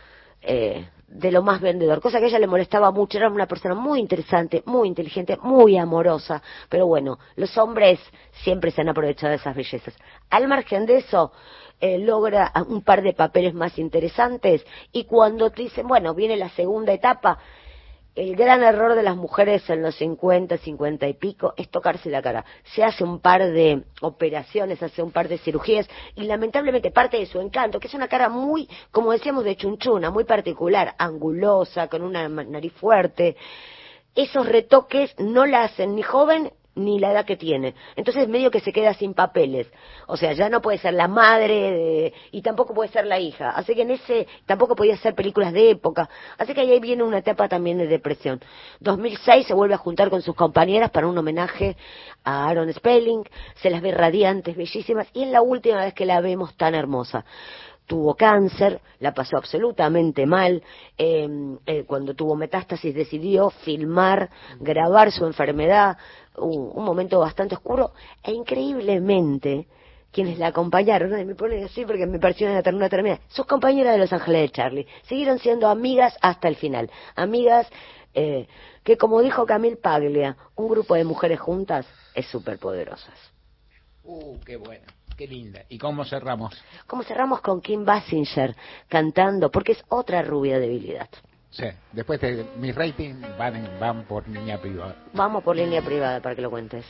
Eh, de lo más vendedor, cosa que a ella le molestaba mucho. Era una persona muy interesante, muy inteligente, muy amorosa, pero bueno, los hombres siempre se han aprovechado de esas bellezas. Al margen de eso, eh, logra un par de papeles más interesantes, y cuando te dicen, bueno, viene la segunda etapa, el gran error de las mujeres en los cincuenta, cincuenta y pico es tocarse la cara. Se hace un par de operaciones, hace un par de cirugías y lamentablemente parte de su encanto, que es una cara muy, como decíamos, de chunchuna, muy particular, angulosa, con una nariz fuerte. Esos retoques no la hacen ni joven ni la edad que tiene. Entonces medio que se queda sin papeles. O sea, ya no puede ser la madre de, y tampoco puede ser la hija. Así que en ese tampoco podía hacer películas de época. Así que ahí viene una etapa también de depresión. dos mil seis se vuelve a juntar con sus compañeras para un homenaje a Aaron Spelling. Se las ve radiantes, bellísimas, y es la última vez que la vemos tan hermosa. Tuvo cáncer, la pasó absolutamente mal, eh, eh, cuando tuvo metástasis decidió filmar, grabar su enfermedad, un, un momento bastante oscuro, e increíblemente, quienes la acompañaron, ¿no? Me ponen así porque me pareció una ternura tremenda, sus compañeras de Los Ángeles de Charlie, siguieron siendo amigas hasta el final, amigas eh, que, como dijo Camille Paglia, un grupo de mujeres juntas es súper poderosas. Uh, qué bueno. Qué linda. ¿Y cómo cerramos? ¿Cómo cerramos con Kim Basinger cantando? Porque es otra rubia debilidad. Sí. Después de mis ratings van, van por línea privada. Vamos por línea privada para que lo cuentes.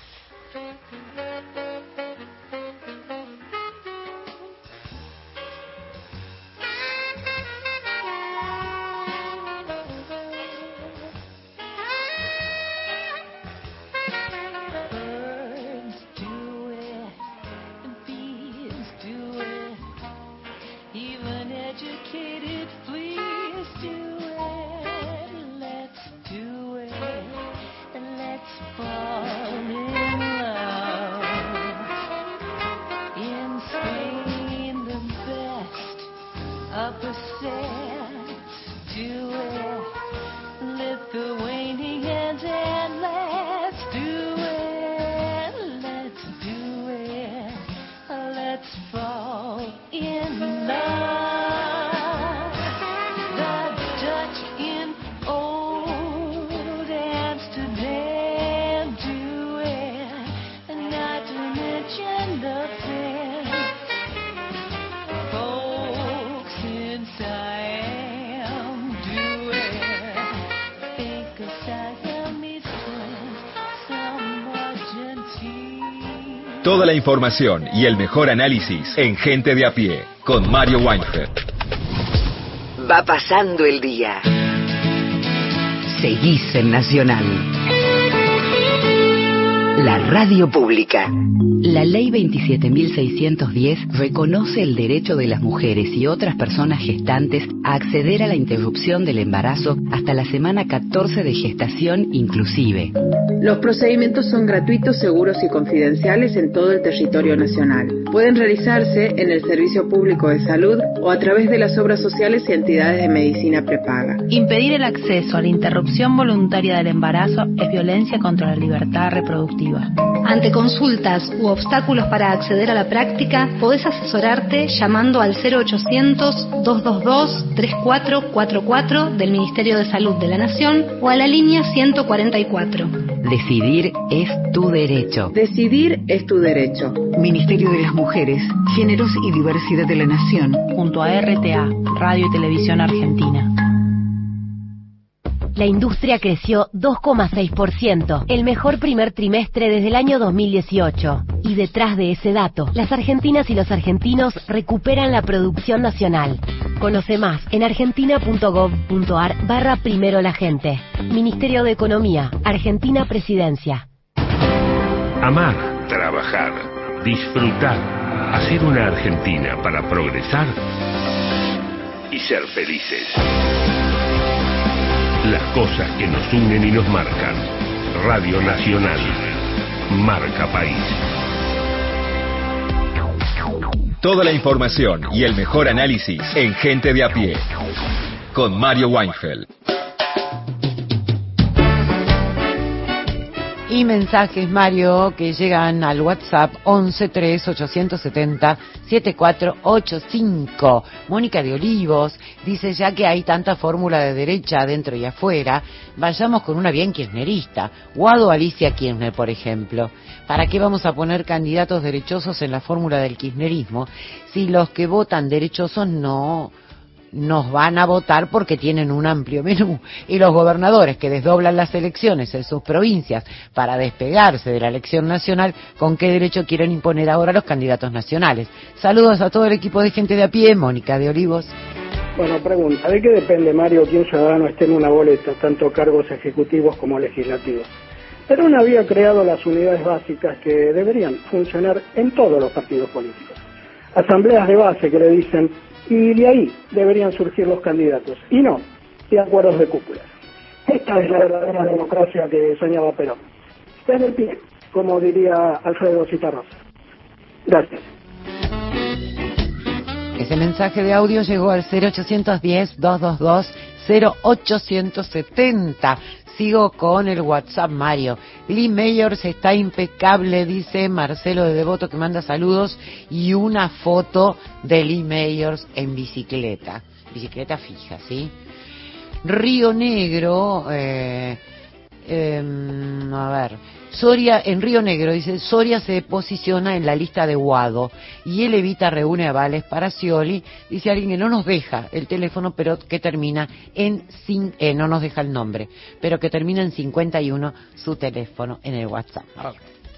Toda la información y el mejor análisis en Gente de a Pie, con Mario Weinfeld. Va pasando el día. Seguís en Nacional. La radio pública. La Ley veintisiete mil seiscientos diez reconoce el derecho de las mujeres y otras personas gestantes a acceder a la interrupción del embarazo hasta la semana catorce de gestación inclusive. Los procedimientos son gratuitos, seguros y confidenciales en todo el territorio nacional. Pueden realizarse en el Servicio Público de Salud o a través de las obras sociales y entidades de medicina prepaga. Impedir el acceso a la interrupción voluntaria del embarazo es violencia contra la libertad reproductiva. Ante consultas u obstáculos para acceder a la práctica, podés asesorarte llamando al cero ochocientos, dos dos dos, tres cuatro cuatro cuatro del Ministerio de Salud de la Nación o a la línea ciento cuarenta y cuatro. Decidir es tu derecho. Decidir es tu derecho. Ministerio de las Mujeres, Géneros y Diversidad de la Nación. Junto a R T A, Radio y Televisión Argentina. La industria creció dos coma seis por ciento, el mejor primer trimestre desde el año dos mil dieciocho. Y detrás de ese dato, las argentinas y los argentinos recuperan la producción nacional. Conoce más en argentina.gov.ar barra primero la gente. Ministerio de Economía, Argentina Presidencia. Amar, trabajar, disfrutar, hacer una Argentina para progresar y ser felices. Las cosas que nos unen y nos marcan. Radio Nacional. Marca País. Toda la información y el mejor análisis en Gente de a Pie, con Mario Weinfeld. Y mensajes, Mario, que llegan al WhatsApp once tres ochocientos setenta setenta y cuatro ochenta y cinco. Mónica de Olivos dice, ya que hay tanta fórmula de derecha adentro y afuera, vayamos con una bien kirchnerista. Guado Alicia Kirchner, por ejemplo. ¿Para qué vamos a poner candidatos derechosos en la fórmula del kirchnerismo si los que votan derechosos no nos van a votar porque tienen un amplio menú. Y los gobernadores que desdoblan las elecciones en sus provincias para despegarse de la elección nacional, ¿con qué derecho quieren imponer ahora a los candidatos nacionales? Saludos a todo el equipo de Gente de a Pie. Mónica de Olivos. Bueno, pregunta, ¿de qué depende, Mario, que un ciudadano esté en una boleta, tanto cargos ejecutivos como legislativos? Perón había creado las unidades básicas que deberían funcionar en todos los partidos políticos. Asambleas de base que le dicen, y de ahí deberían surgir los candidatos, y no de acuerdos de cúpulas. Esta es la verdadera democracia que soñaba Perón. Desde el pie, como diría Alfredo Citarrosa. Gracias. Ese mensaje de audio llegó al cero ochocientos diez, doscientos veintidós, cero ochocientos setenta. Sigo con el WhatsApp, Mario. Lee Mayors está impecable, dice Marcelo de Devoto, que manda saludos y una foto de Lee Mayors en bicicleta. Bicicleta fija, ¿sí? Río Negro, eh, eh, a ver, Soria, en Río Negro, dice, Soria se posiciona en la lista de Guado y él evita reúne avales para Scioli, dice alguien que no nos deja el teléfono, pero que termina en, eh, no nos deja el nombre, pero que termina en cincuenta y uno su teléfono en el WhatsApp. Okay.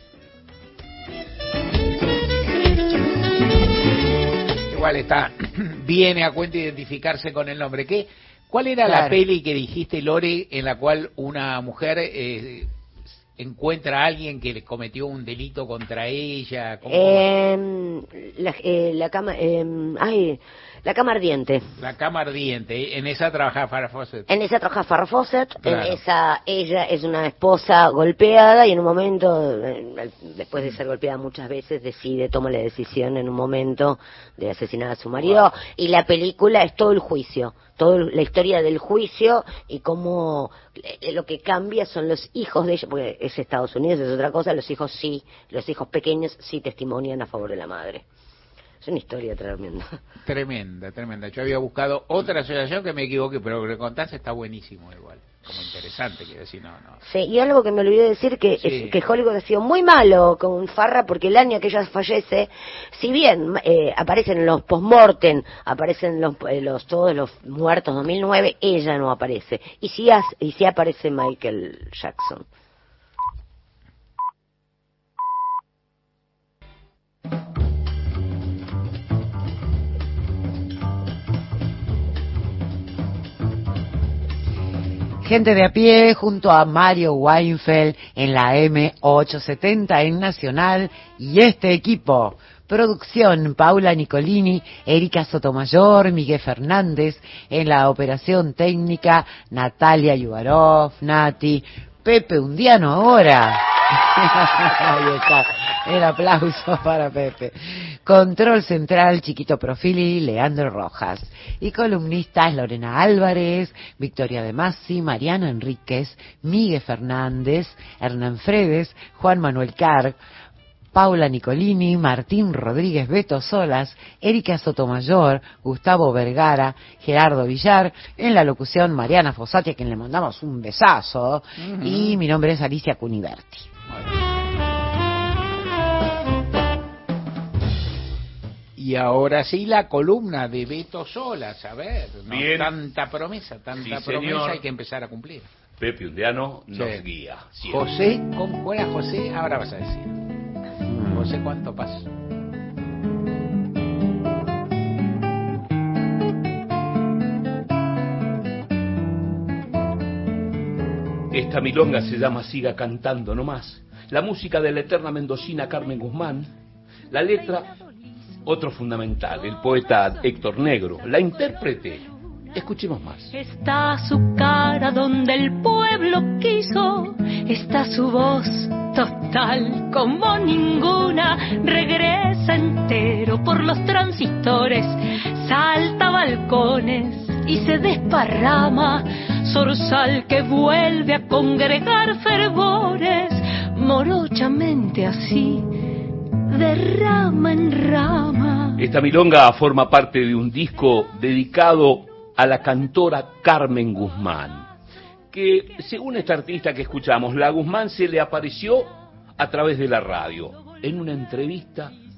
Igual está, viene a cuenta identificarse con el nombre. ¿Qué? ¿Cuál era Claro. la peli que dijiste, Lore, en la cual una mujer eh, encuentra a alguien que le cometió un delito contra ella? ¿Cómo? Eh, la, eh, la cama, eh, ay, la cama ardiente. La cama ardiente. En esa trabajaba Farrah Fawcett. En esa trabaja Farrah Fawcett, Claro. en esa ella es una esposa golpeada y en un momento, eh, después de ser golpeada muchas veces, decide, toma la decisión en un momento de asesinar a su marido. Wow. Y la película es todo el juicio, toda la historia del juicio y cómo eh, lo que cambia son los hijos de ella, porque es Estados Unidos, es otra cosa, los hijos sí, los hijos pequeños sí testimonian a favor de la madre. Es una historia tremenda. Tremenda, tremenda. Yo había buscado otra asociación que me equivoqué, pero lo que contaste está buenísimo igual. Como interesante, quiero decir, no, no. Sí, y algo que me olvidé decir, que Sí. es, que Hollywood ha sido muy malo con Farrah, porque el año que ella fallece, si bien eh, aparecen los post-mortem, aparecen los, eh, los todos los muertos dos mil nueve, ella no aparece. Y sí, hace, y sí aparece Michael Jackson. Gente de a pie junto a Mario Weinfeld en la eme ochocientos setenta en Nacional y este equipo. Producción, Paula Nicolini, Erika Sotomayor, Miguel Fernández, en la operación técnica, Natalia Yubarov, Nati, Pepe Undiano ahora. Ahí está, el aplauso para Pepe. Control central, Chiquito Profili, Leandro Rojas. Y columnistas, Lorena Álvarez, Victoria de Masi, Mariano Enríquez, Miguel Fernández, Hernán Fredes, Juan Manuel Carg, Paula Nicolini, Martín Rodríguez, Beto Solas, Erika Sotomayor, Gustavo Vergara, Gerardo Villar, en la locución Mariana Fossati, a quien le mandamos un besazo, uh-huh. Y mi nombre es Alicia Cuniverti. Y ahora sí la columna de Beto Solas, a ver, ¿no? Bien. Tanta promesa, tanta Sí, promesa señor. hay que empezar a cumplir. Pepe Undiano nos Sí. guía. siempre. José, ¿cómo era José? Ahora vas a decir. José, ¿cuánto pasa? Esta milonga se llama Siga Cantando Nomás. La música de la eterna mendocina Carmen Guzmán. La letra, otro fundamental, el poeta Héctor Negro. La intérprete, escuchemos más. Está su cara donde el pueblo quiso, está su voz total como ninguna, regresa entero por los transistores, salta balcones y se desparrama, zorzal que vuelve a congregar fervores, morochamente así, de rama en rama. Esta milonga forma parte de un disco dedicado a la cantora Carmen Guzmán, que según esta artista que escuchamos, la Guzmán se le apareció a través de la radio, en una entrevista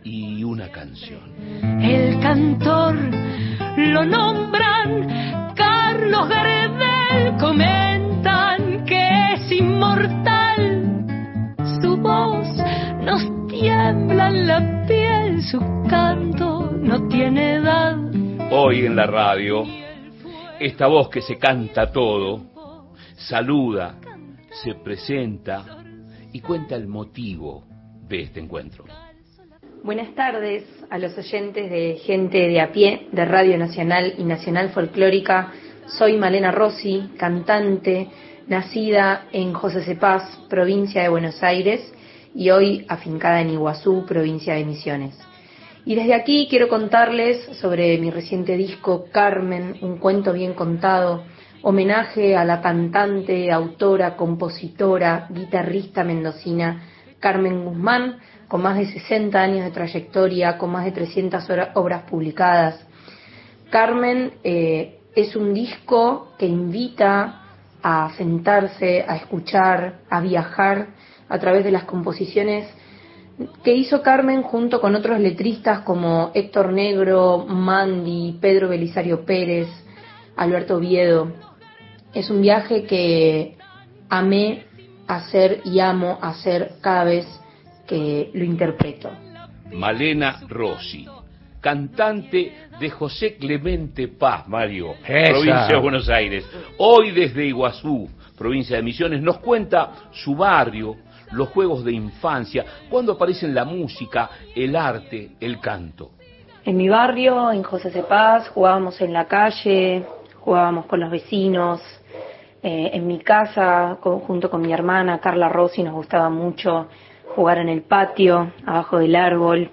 y una canción. El cantor lo nombran Carlos Gardel, comentan que es inmortal. Su voz nos tiembla en la piel, su canto no tiene edad. Hoy en la radio, esta voz que se canta todo, saluda, se presenta y cuenta el motivo de este encuentro. Buenas tardes a los oyentes de Gente de a Pie, de Radio Nacional y Nacional Folclórica. Soy Malena Rossi, cantante, nacida en José Cepaz, provincia de Buenos Aires, y hoy afincada en Iguazú, provincia de Misiones. Y desde aquí quiero contarles sobre mi reciente disco Carmen, un cuento bien contado, homenaje a la cantante, autora, compositora, guitarrista mendocina Carmen Guzmán, con más de sesenta años de trayectoria, con más de trescientas obras publicadas. Carmen eh, es un disco que invita a sentarse, a escuchar, a viajar a través de las composiciones que hizo Carmen junto con otros letristas como Héctor Negro, Mandy, Pedro Belisario Pérez, Alberto Oviedo. Es un viaje que amé hacer y amo hacer cada vez que lo interpreto. Malena Rossi, cantante de José Clemente Paz, Mario, Esa. provincia de Buenos Aires. Hoy desde Iguazú, provincia de Misiones, nos cuenta su barrio, los juegos de infancia, cuando aparecen la música, el arte, el canto. En mi barrio, en José Cepaz, jugábamos en la calle, jugábamos con los vecinos. Eh, en mi casa, con, junto con mi hermana Carla Rossi, nos gustaba mucho jugar en el patio, abajo del árbol.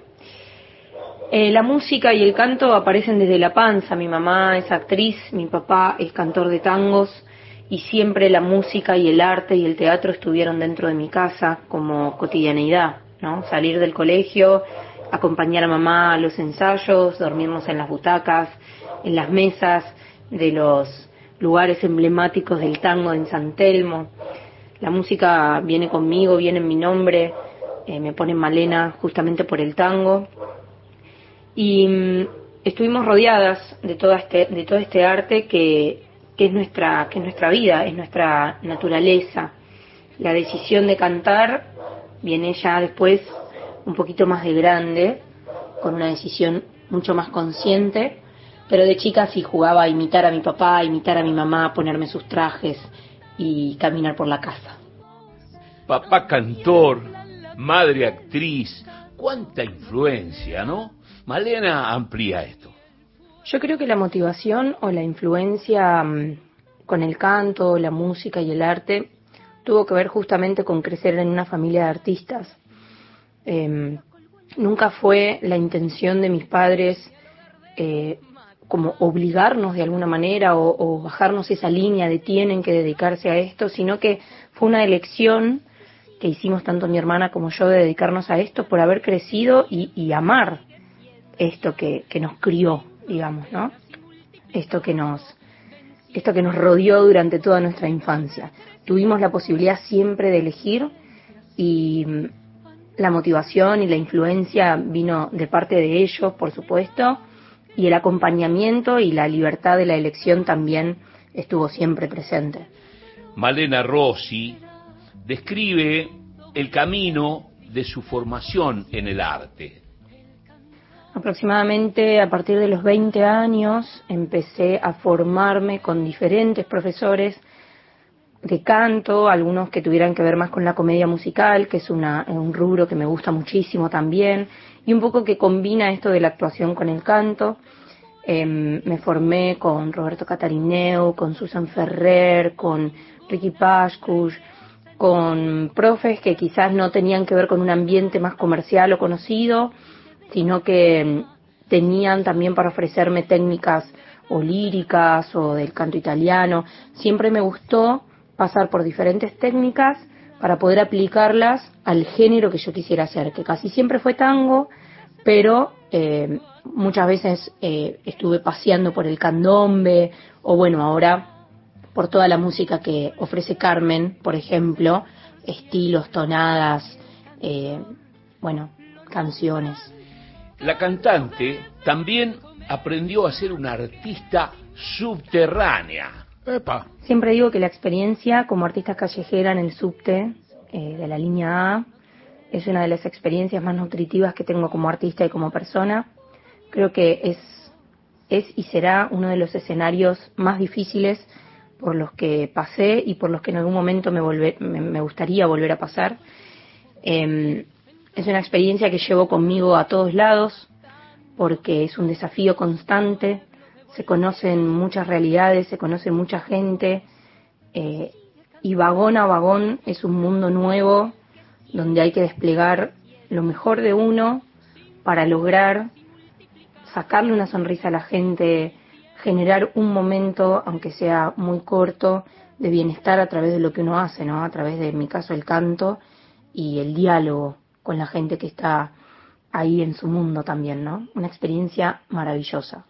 Eh, la música y el canto aparecen desde la panza. Mi mamá es actriz, mi papá es cantor de tangos, y siempre la música y el arte y el teatro estuvieron dentro de mi casa como cotidianeidad, ¿no? Salir del colegio, acompañar a mamá a los ensayos, dormirnos en las butacas, en las mesas de los lugares emblemáticos del tango en San Telmo. La música viene conmigo, viene en mi nombre, eh, me pone Malena justamente por el tango. Y mm, estuvimos rodeadas de todo este, de todo este arte que, que es nuestra, que es nuestra vida, es nuestra naturaleza. La decisión de cantar viene ya después un poquito más de grande, con una decisión mucho más consciente, pero de chica sí jugaba a imitar a mi papá, a imitar a mi mamá, a ponerme sus trajes y caminar por la casa. Papá cantor, madre actriz, cuánta influencia, ¿no? Malena amplía esto. Yo creo que la motivación o la influencia mmm, con el canto, la música y el arte tuvo que ver justamente con crecer en una familia de artistas. Eh, nunca fue la intención de mis padres eh, como obligarnos de alguna manera o, o bajarnos esa línea de tienen que dedicarse a esto, sino que fue una elección que hicimos tanto mi hermana como yo de dedicarnos a esto por haber crecido y, y amar esto que, que nos crió, digamos, ¿no? Esto que nos, esto que nos rodeó durante toda nuestra infancia. Tuvimos la posibilidad siempre de elegir y la motivación y la influencia vino de parte de ellos, por supuesto, y el acompañamiento y la libertad de la elección también estuvo siempre presente. Malena Rossi describe el camino de su formación en el arte. Aproximadamente a partir de los veinte años empecé a formarme con diferentes profesores de canto, algunos que tuvieran que ver más con la comedia musical, que es una, un rubro que me gusta muchísimo también, y un poco que combina esto de la actuación con el canto. Eh, me formé con Roberto Catarineu, con Susan Ferrer, con Ricky Pascuch, con profes que quizás no tenían que ver con un ambiente más comercial o conocido, sino que tenían también para ofrecerme técnicas o líricas o del canto italiano. Siempre me gustó pasar por diferentes técnicas para poder aplicarlas al género que yo quisiera hacer, que casi siempre fue tango, pero eh, muchas veces eh, estuve paseando por el candombe, o bueno, ahora por toda la música que ofrece Carmen, por ejemplo, estilos, tonadas, eh, bueno, canciones. La cantante también aprendió a ser una artista subterránea. Epa. Siempre digo que la experiencia como artista callejera en el subte eh, de la línea A es una de las experiencias más nutritivas que tengo como artista y como persona. Creo que es, es y será uno de los escenarios más difíciles por los que pasé y por los que en algún momento me, volver, me, me gustaría volver a pasar. Eh, es una experiencia que llevo conmigo a todos lados porque es un desafío constante. Se conocen muchas realidades, se conoce mucha gente eh, y vagón a vagón es un mundo nuevo donde hay que desplegar lo mejor de uno para lograr sacarle una sonrisa a la gente, generar un momento, aunque sea muy corto, de bienestar a través de lo que uno hace, ¿no? A través de, en mi caso, el canto y el diálogo con la gente que está ahí en su mundo también, ¿no? Una experiencia maravillosa.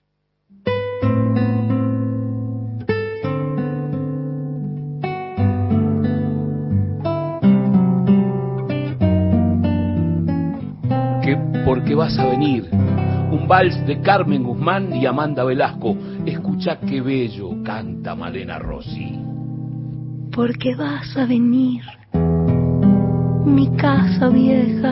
Porque vas a venir, un vals de Carmen Guzmán y Amanda Velasco. Escucha qué bello canta Malena Rossi. Porque vas a venir, mi casa vieja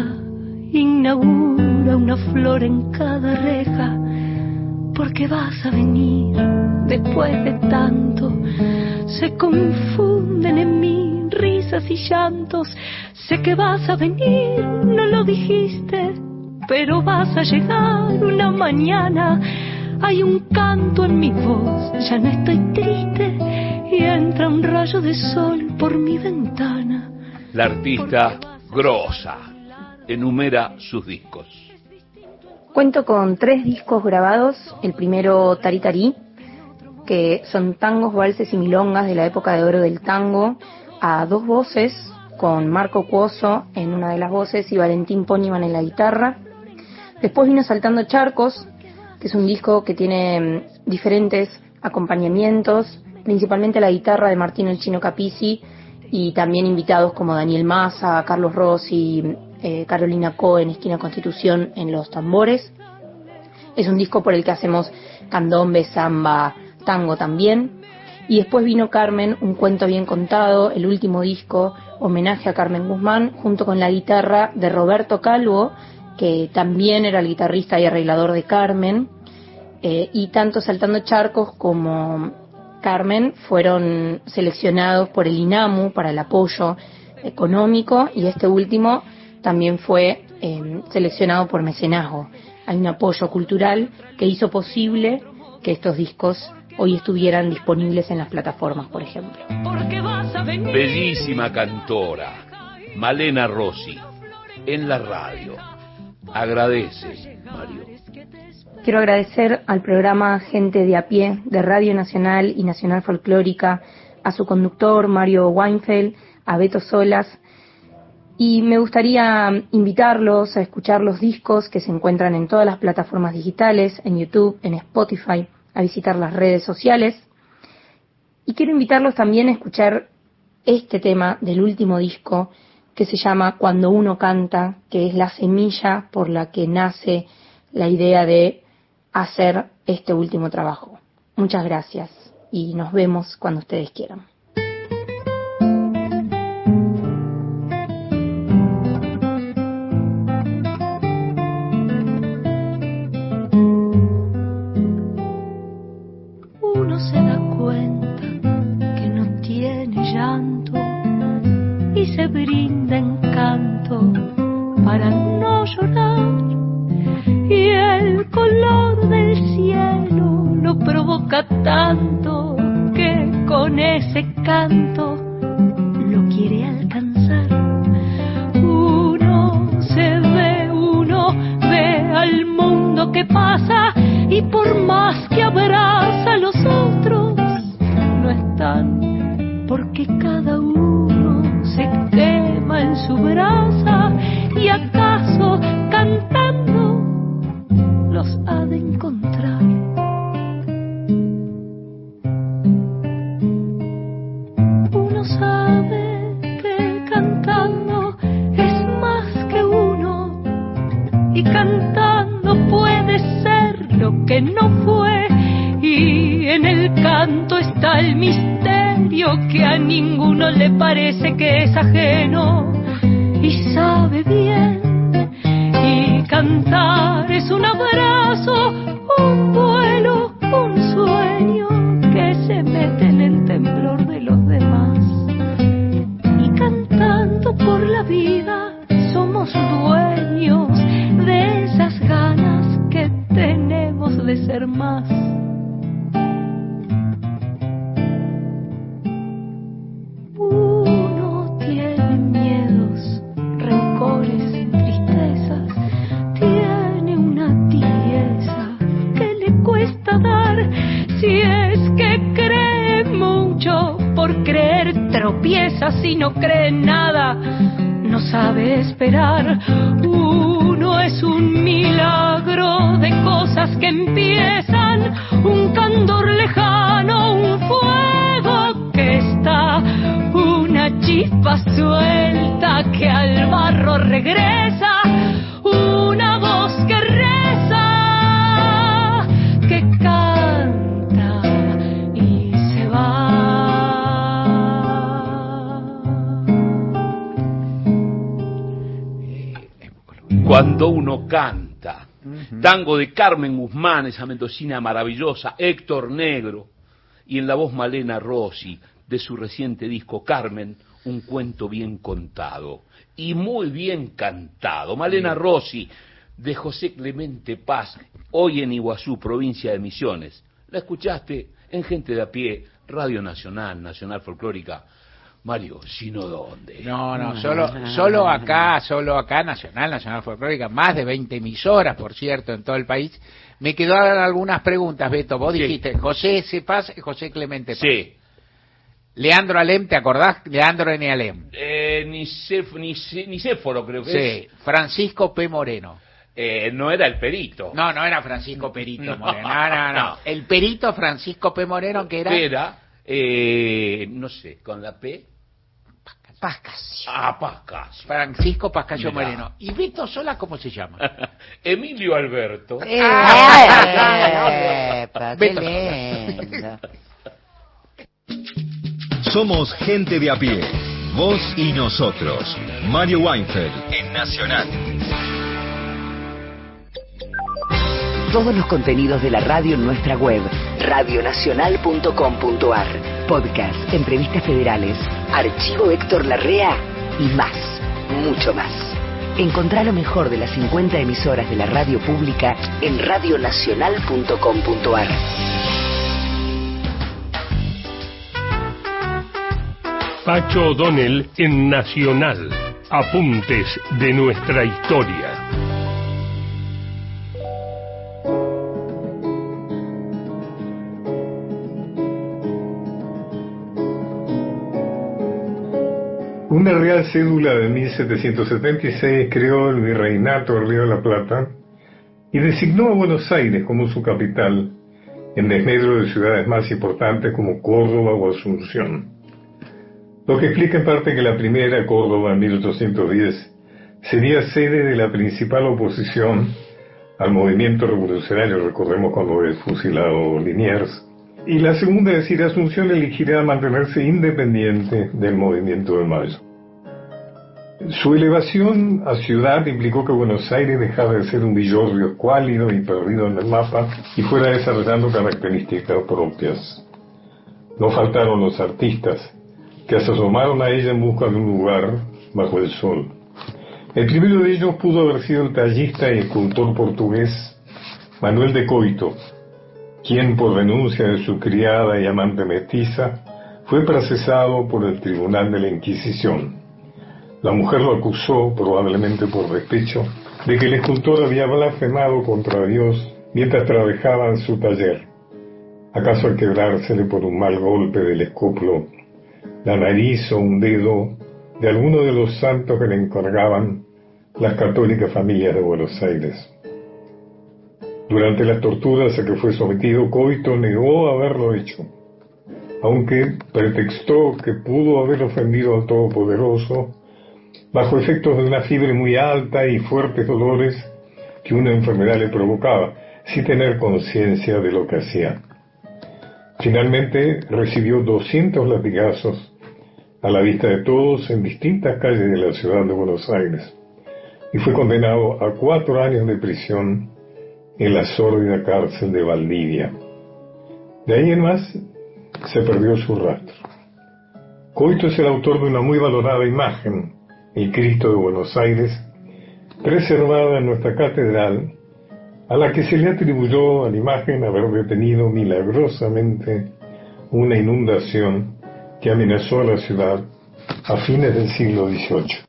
inaugura una flor en cada reja. Porque vas a venir, después de tanto, se confunden en mí risas y llantos. Sé que vas a venir, no lo dijiste, pero vas a llegar una mañana. Hay un canto en mi voz, ya no estoy triste, y entra un rayo de sol por mi ventana. La artista grosa enumera sus discos. Cuento con tres discos grabados. El primero, Tari Tari, que son tangos, valses y milongas de la época de oro del tango, a dos voces, con Marco Cuoso en una de las voces y Valentín Poniman en la guitarra. Después vino Saltando Charcos, que es un disco que tiene diferentes acompañamientos, principalmente la guitarra de Martín el Chino Capizzi y también invitados como Daniel Massa, Carlos Rossi, eh, Carolina Cohen, Esquina Constitución en los tambores. Es un disco por el que hacemos candombe, samba, tango también. Y después vino Carmen, un cuento bien contado, el último disco, homenaje a Carmen Guzmán, junto con la guitarra de Roberto Calvo, que también era el guitarrista y arreglador de Carmen, eh, y tanto Saltando Charcos como Carmen fueron seleccionados por el INAMU para el apoyo económico, y este último también fue eh, seleccionado por mecenazgo. Hay un apoyo cultural que hizo posible que estos discos hoy estuvieran disponibles en las plataformas, por ejemplo. Bellísima cantora, Malena Rossi, en la radio. Agradece, Mario. Quiero agradecer al programa Gente de a Pie de Radio Nacional y Nacional Folclórica, a su conductor Mario Weinfeld, a Beto Solas, y me gustaría invitarlos a escuchar los discos que se encuentran en todas las plataformas digitales, en YouTube, en Spotify, a visitar las redes sociales, y quiero invitarlos también a escuchar este tema del último disco que se llama Cuando uno canta, que es la semilla por la que nace la idea de hacer este último trabajo. Muchas gracias y nos vemos cuando ustedes quieran. Uno se da cuenta que no tiene llanto y se brinda encanto para no llorar, y el color del cielo lo provoca tanto que con ese canto lo quiere alcanzar. Uno se ve, uno ve al mundo que pasa, y por más que abraza a los otros, no están, porque cada uno se quema en su brasa, y acaso cantando los ha de encontrar. Uno sabe que cantando es más que uno, y cantando que no fue, y en el canto está el misterio que a ninguno le parece que es ajeno y sabe bien. Y cantar es un abrazo, un vuelo, un sueño que se meten en temblor de los demás. Y cantando por la vida somos dueños de esas ganas que tenemos de ser más. Uno tiene miedos, rencores, tristezas, tiene una tibieza que le cuesta dar. Si es que cree mucho, por creer tropieza. Si no cree en nada, no sabe esperar. Uno es un milagro de cosas que empiezan, un candor lejano, un fuego que está, una chispa suelta que al barro regresa, una voz que reza, que canta y se va. Cuando uno canta, tango de Carmen Guzmán, esa mendocina maravillosa, Héctor Negro, y en la voz Malena Rossi, de su reciente disco Carmen, un cuento bien contado y muy bien cantado. Malena Rossi, de José Clemente Paz, hoy en Iguazú, provincia de Misiones. La escuchaste en Gente de a Pie, Radio Nacional, Nacional Folclórica. Mario, ¿sino dónde? No, no, solo, solo acá, solo acá, Nacional, Nacional Folclórica, más de veinte emisoras, por cierto, en todo el país. Me quedaron algunas preguntas, Beto. Vos sí. dijiste José S. Paz y José Clemente Paz. Sí. Leandro Alem, ¿te acordás? Leandro N. Alem. Eh, Nicef, Nice, Nicéforo, creo que sí. es. Sí, Francisco P. Moreno. Eh, no era el Perito. No, no era Francisco Perito no, Moreno. No, no, no, no. El Perito Francisco P. Moreno, que era... Era, eh, no sé, con la P... Pascasio. Ah, Pascasio. Francisco Pascasio Mirá. Moreno. ¿Y Beto Sola cómo se llama? Emilio Alberto. Eh, eh, eh, ¡Qué lindo! Somos Gente de a Pie, vos y nosotros. Mario Weinfeld en Nacional. Todos los contenidos de la radio en nuestra web, radio nacional punto com punto a r. Podcast, entrevistas federales, archivo Héctor Larrea y más, mucho más. Encontrá lo mejor de las cincuenta emisoras de la radio pública en radio nacional punto com punto a r. Pacho O'Donnell en Nacional. Apuntes de nuestra historia. Una real cédula de mil setecientos setenta y seis creó el Virreinato del Río de la Plata y designó a Buenos Aires como su capital, en desmedro de ciudades más importantes como Córdoba o Asunción. Lo que explica en parte que la primera, Córdoba, en mil ochocientos diez, sería sede de la principal oposición al movimiento revolucionario, recordemos cuando es fusilado Liniers, y la segunda, es decir, Asunción, elegirá mantenerse independiente del movimiento de Mayo. Su elevación a ciudad implicó que Buenos Aires dejara de ser un villorrio escuálido y perdido en el mapa y fuera desarrollando características propias. No faltaron los artistas, que se asomaron a ella en busca de un lugar bajo el sol. El primero de ellos pudo haber sido el tallista y escultor portugués Manuel de Coito, quien por denuncia de su criada y amante mestiza fue procesado por el Tribunal de la Inquisición. La mujer lo acusó, probablemente por despecho, de que el escultor había blasfemado contra Dios mientras trabajaba en su taller. ¿Acaso al quebrársele por un mal golpe del escoplo la nariz o un dedo de alguno de los santos que le encargaban las católicas familias de Buenos Aires? Durante las torturas a que fue sometido, Coito negó haberlo hecho, aunque pretextó que pudo haber ofendido al Todopoderoso bajo efectos de una fiebre muy alta y fuertes dolores que una enfermedad le provocaba. sin tener conciencia de lo que hacía. Finalmente recibió doscientos latigazos a la vista de todos en distintas calles de la ciudad de Buenos Aires y fue condenado a cuatro años de prisión en la sórdida cárcel de Valdivia. De ahí en más se perdió su rastro. Coito es el autor de una muy valorada imagen, el Cristo de Buenos Aires, preservada en nuestra catedral, a la que se le atribuyó a la imagen haber detenido milagrosamente una inundación que amenazó a la ciudad a fines del siglo dieciocho.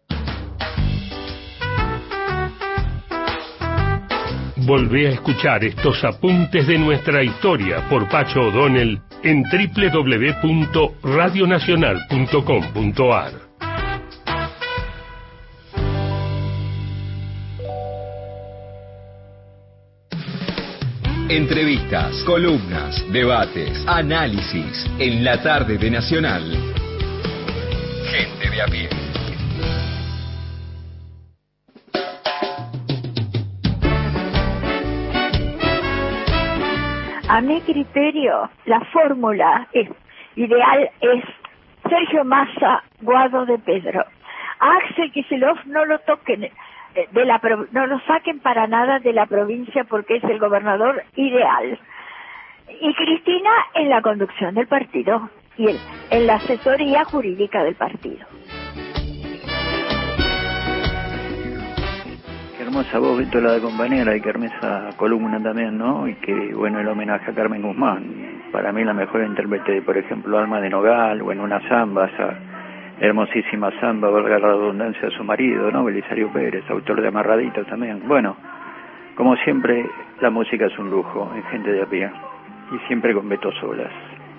Volvé a escuchar estos apuntes de nuestra historia por Pacho O'Donnell en doble u doble u doble u punto radio nacional punto com punto a r. Entrevistas, columnas, debates, análisis en la tarde de Nacional. Gente de a pie. A mi criterio, la fórmula es, ideal es Sergio Massa, Guado de Pedro. A Axel Kicillof no lo toquen, de la, no lo saquen para nada de la provincia porque es el gobernador ideal. Y Cristina en la conducción del partido y él en la asesoría jurídica del partido. Qué hermosa voz, Víctor, la de compañera, y qué hermosa columna también, ¿no? Y que bueno el homenaje a Carmen Guzmán. Para mí la mejor intérprete, por ejemplo, Alma de Nogal, o en una samba, esa hermosísima samba, valga la redundancia, a su marido, ¿no? Belisario Pérez, autor de Amarradito también. Bueno, como siempre, la música es un lujo en Gente de a pie, y siempre con Beto Solas.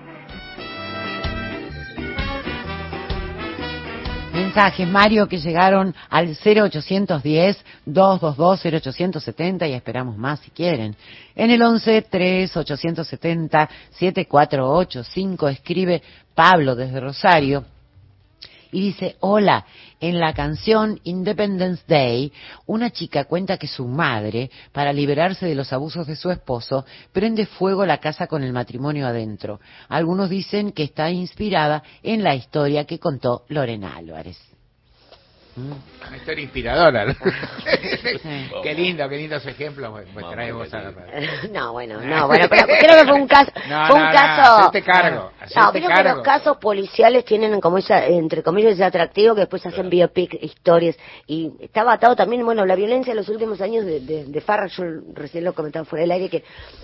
Mensajes, Mario, que llegaron al cero ochocientos diez, doscientos veintidós, cero ochocientos setenta y esperamos más si quieren. En el once, tres, ochocientos setenta, setenta y cuatro ochenta y cinco escribe Pablo desde Rosario y dice: hola, en la canción Independence Day, una chica cuenta que su madre, para liberarse de los abusos de su esposo, prende fuego la casa con el matrimonio adentro. Algunos dicen que está inspirada en la historia que contó Lorena Álvarez. Una historia inspiradora, ¿no? Qué lindo, qué lindo ese ejemplo. Pues, pues trae vos a la radio. No, bueno, no, bueno, pero creo que fue un caso. No, fue no, un no, caso. hacete cargo. Hacete No, creo cargo. que los casos policiales tienen como esa, entre comillas, ese atractivo que después hacen biopic, historias. Y estaba atado también, bueno, la violencia en los últimos años de, de, de Farra. Yo recién lo comentaba fuera del aire que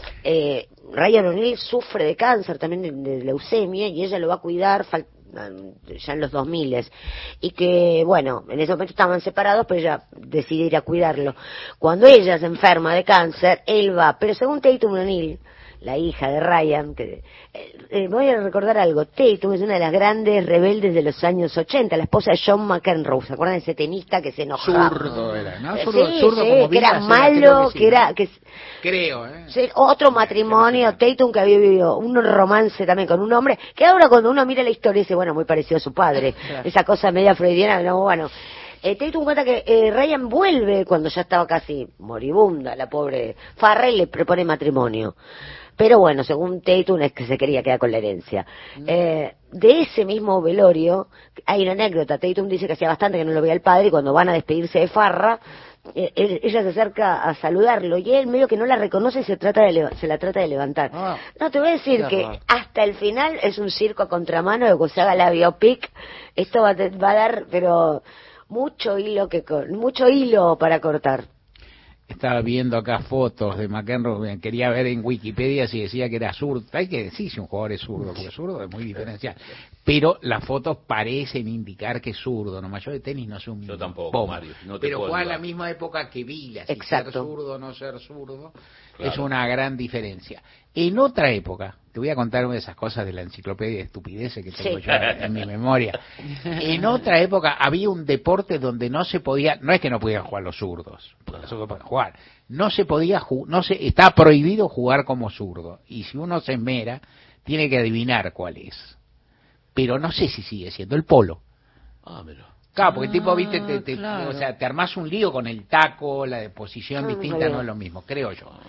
eh, Ryan O'Neal sufre de cáncer también, de, de leucemia, y ella lo va a cuidar. Fal- ya en los dos mil, y que, bueno, en ese momento estaban separados, pero ella decide ir a cuidarlo. Cuando ella se enferma de cáncer, él va, pero según Tatum O'Neal, la hija de Ryan, que eh, eh, voy a recordar algo, Tatum es una de las grandes rebeldes de los años ochenta, la esposa de John McEnroe, ¿se acuerdan de ese tenista que se enojaba? Zurdo era, ¿no? Eh, Zurdo, sí, zurdo sí, como que era Vilas, malo, creo que, sí. que era... Que, Creo, ¿eh? sí, otro matrimonio, Tatum que había vivido un romance también con un hombre, que ahora cuando uno mira la historia dice, bueno, muy parecido a su padre, esa cosa media freudiana, no, bueno... Eh, Tatum cuenta que eh, Ryan vuelve cuando ya estaba casi moribunda, la pobre Farrell le propone matrimonio. Pero bueno, según Tatum es que se quería quedar con la herencia. Eh, de ese mismo velorio hay una anécdota. Tatum dice que hacía bastante que no lo veía el padre y cuando van a despedirse de Farra, eh, él, ella se acerca a saludarlo y él medio que no la reconoce y se, trata de leva- se la trata de levantar. Ah, no, te voy a decir qué que raro. hasta el final es un circo a contramano de que se haga la biopic. Esto va a, te- va a dar, pero mucho hilo que co- mucho hilo para cortar. Estaba viendo acá fotos de McEnroe, quería ver en Wikipedia si decía que era zurdo. Hay que decir si un jugador es zurdo, porque zurdo es muy diferencial. Pero las fotos parecen indicar que es zurdo, nomás yo de tenis no sé un Yo tampoco, pomo. Mario, no te Pero puedo fue a la ayudar. misma época que Vila, si Exacto. ser zurdo o no ser zurdo, Claro. es una gran diferencia. En otra época, te voy a contar una de esas cosas de la enciclopedia de estupideces que tengo Sí. yo en, en mi memoria. En otra época había un deporte donde no se podía, no es que no podían jugar los zurdos, porque los zurdos podían jugar, no se podía ju- no se está prohibido jugar como zurdo, y si uno se esmera tiene que adivinar cuál es. Pero no sé si sigue siendo el polo. Ah, pero... Claro, porque el tipo, viste, te, Ah, te- claro. o sea, te armás un lío con el taco, la de posición Ah, no distinta, sabía. no es lo mismo, creo yo.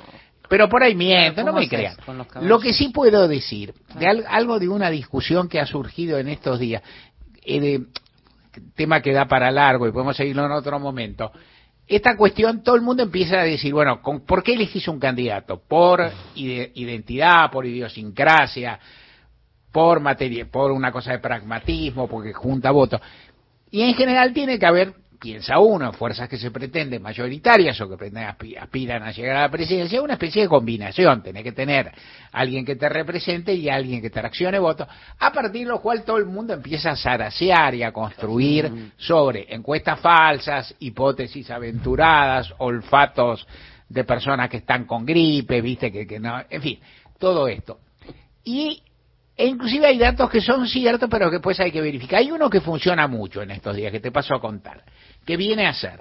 Pero por ahí miento, no me crean. Lo que sí puedo decir, de al, algo de una discusión que ha surgido en estos días, eh, de, tema que da para largo y podemos seguirlo en otro momento. Esta cuestión, todo el mundo empieza a decir, bueno, ¿con, ¿por qué elegís un candidato? ¿Por ide, identidad, por idiosincrasia, por materia, por una cosa de pragmatismo, porque junta votos? Y en general tiene que haber, piensa uno, fuerzas que se pretenden mayoritarias o que aspiran a llegar a la presidencia, una especie de combinación. Tenés que tener alguien que te represente y alguien que te traccione votos, a partir de lo cual todo el mundo empieza a zarasear y a construir sobre encuestas falsas, hipótesis aventuradas, olfatos de personas que están con gripe, viste, que, que no, en fin, todo esto. Y E inclusive hay datos que son ciertos, pero que después hay que verificar. Hay uno que funciona mucho en estos días, que te paso a contar, que viene a ser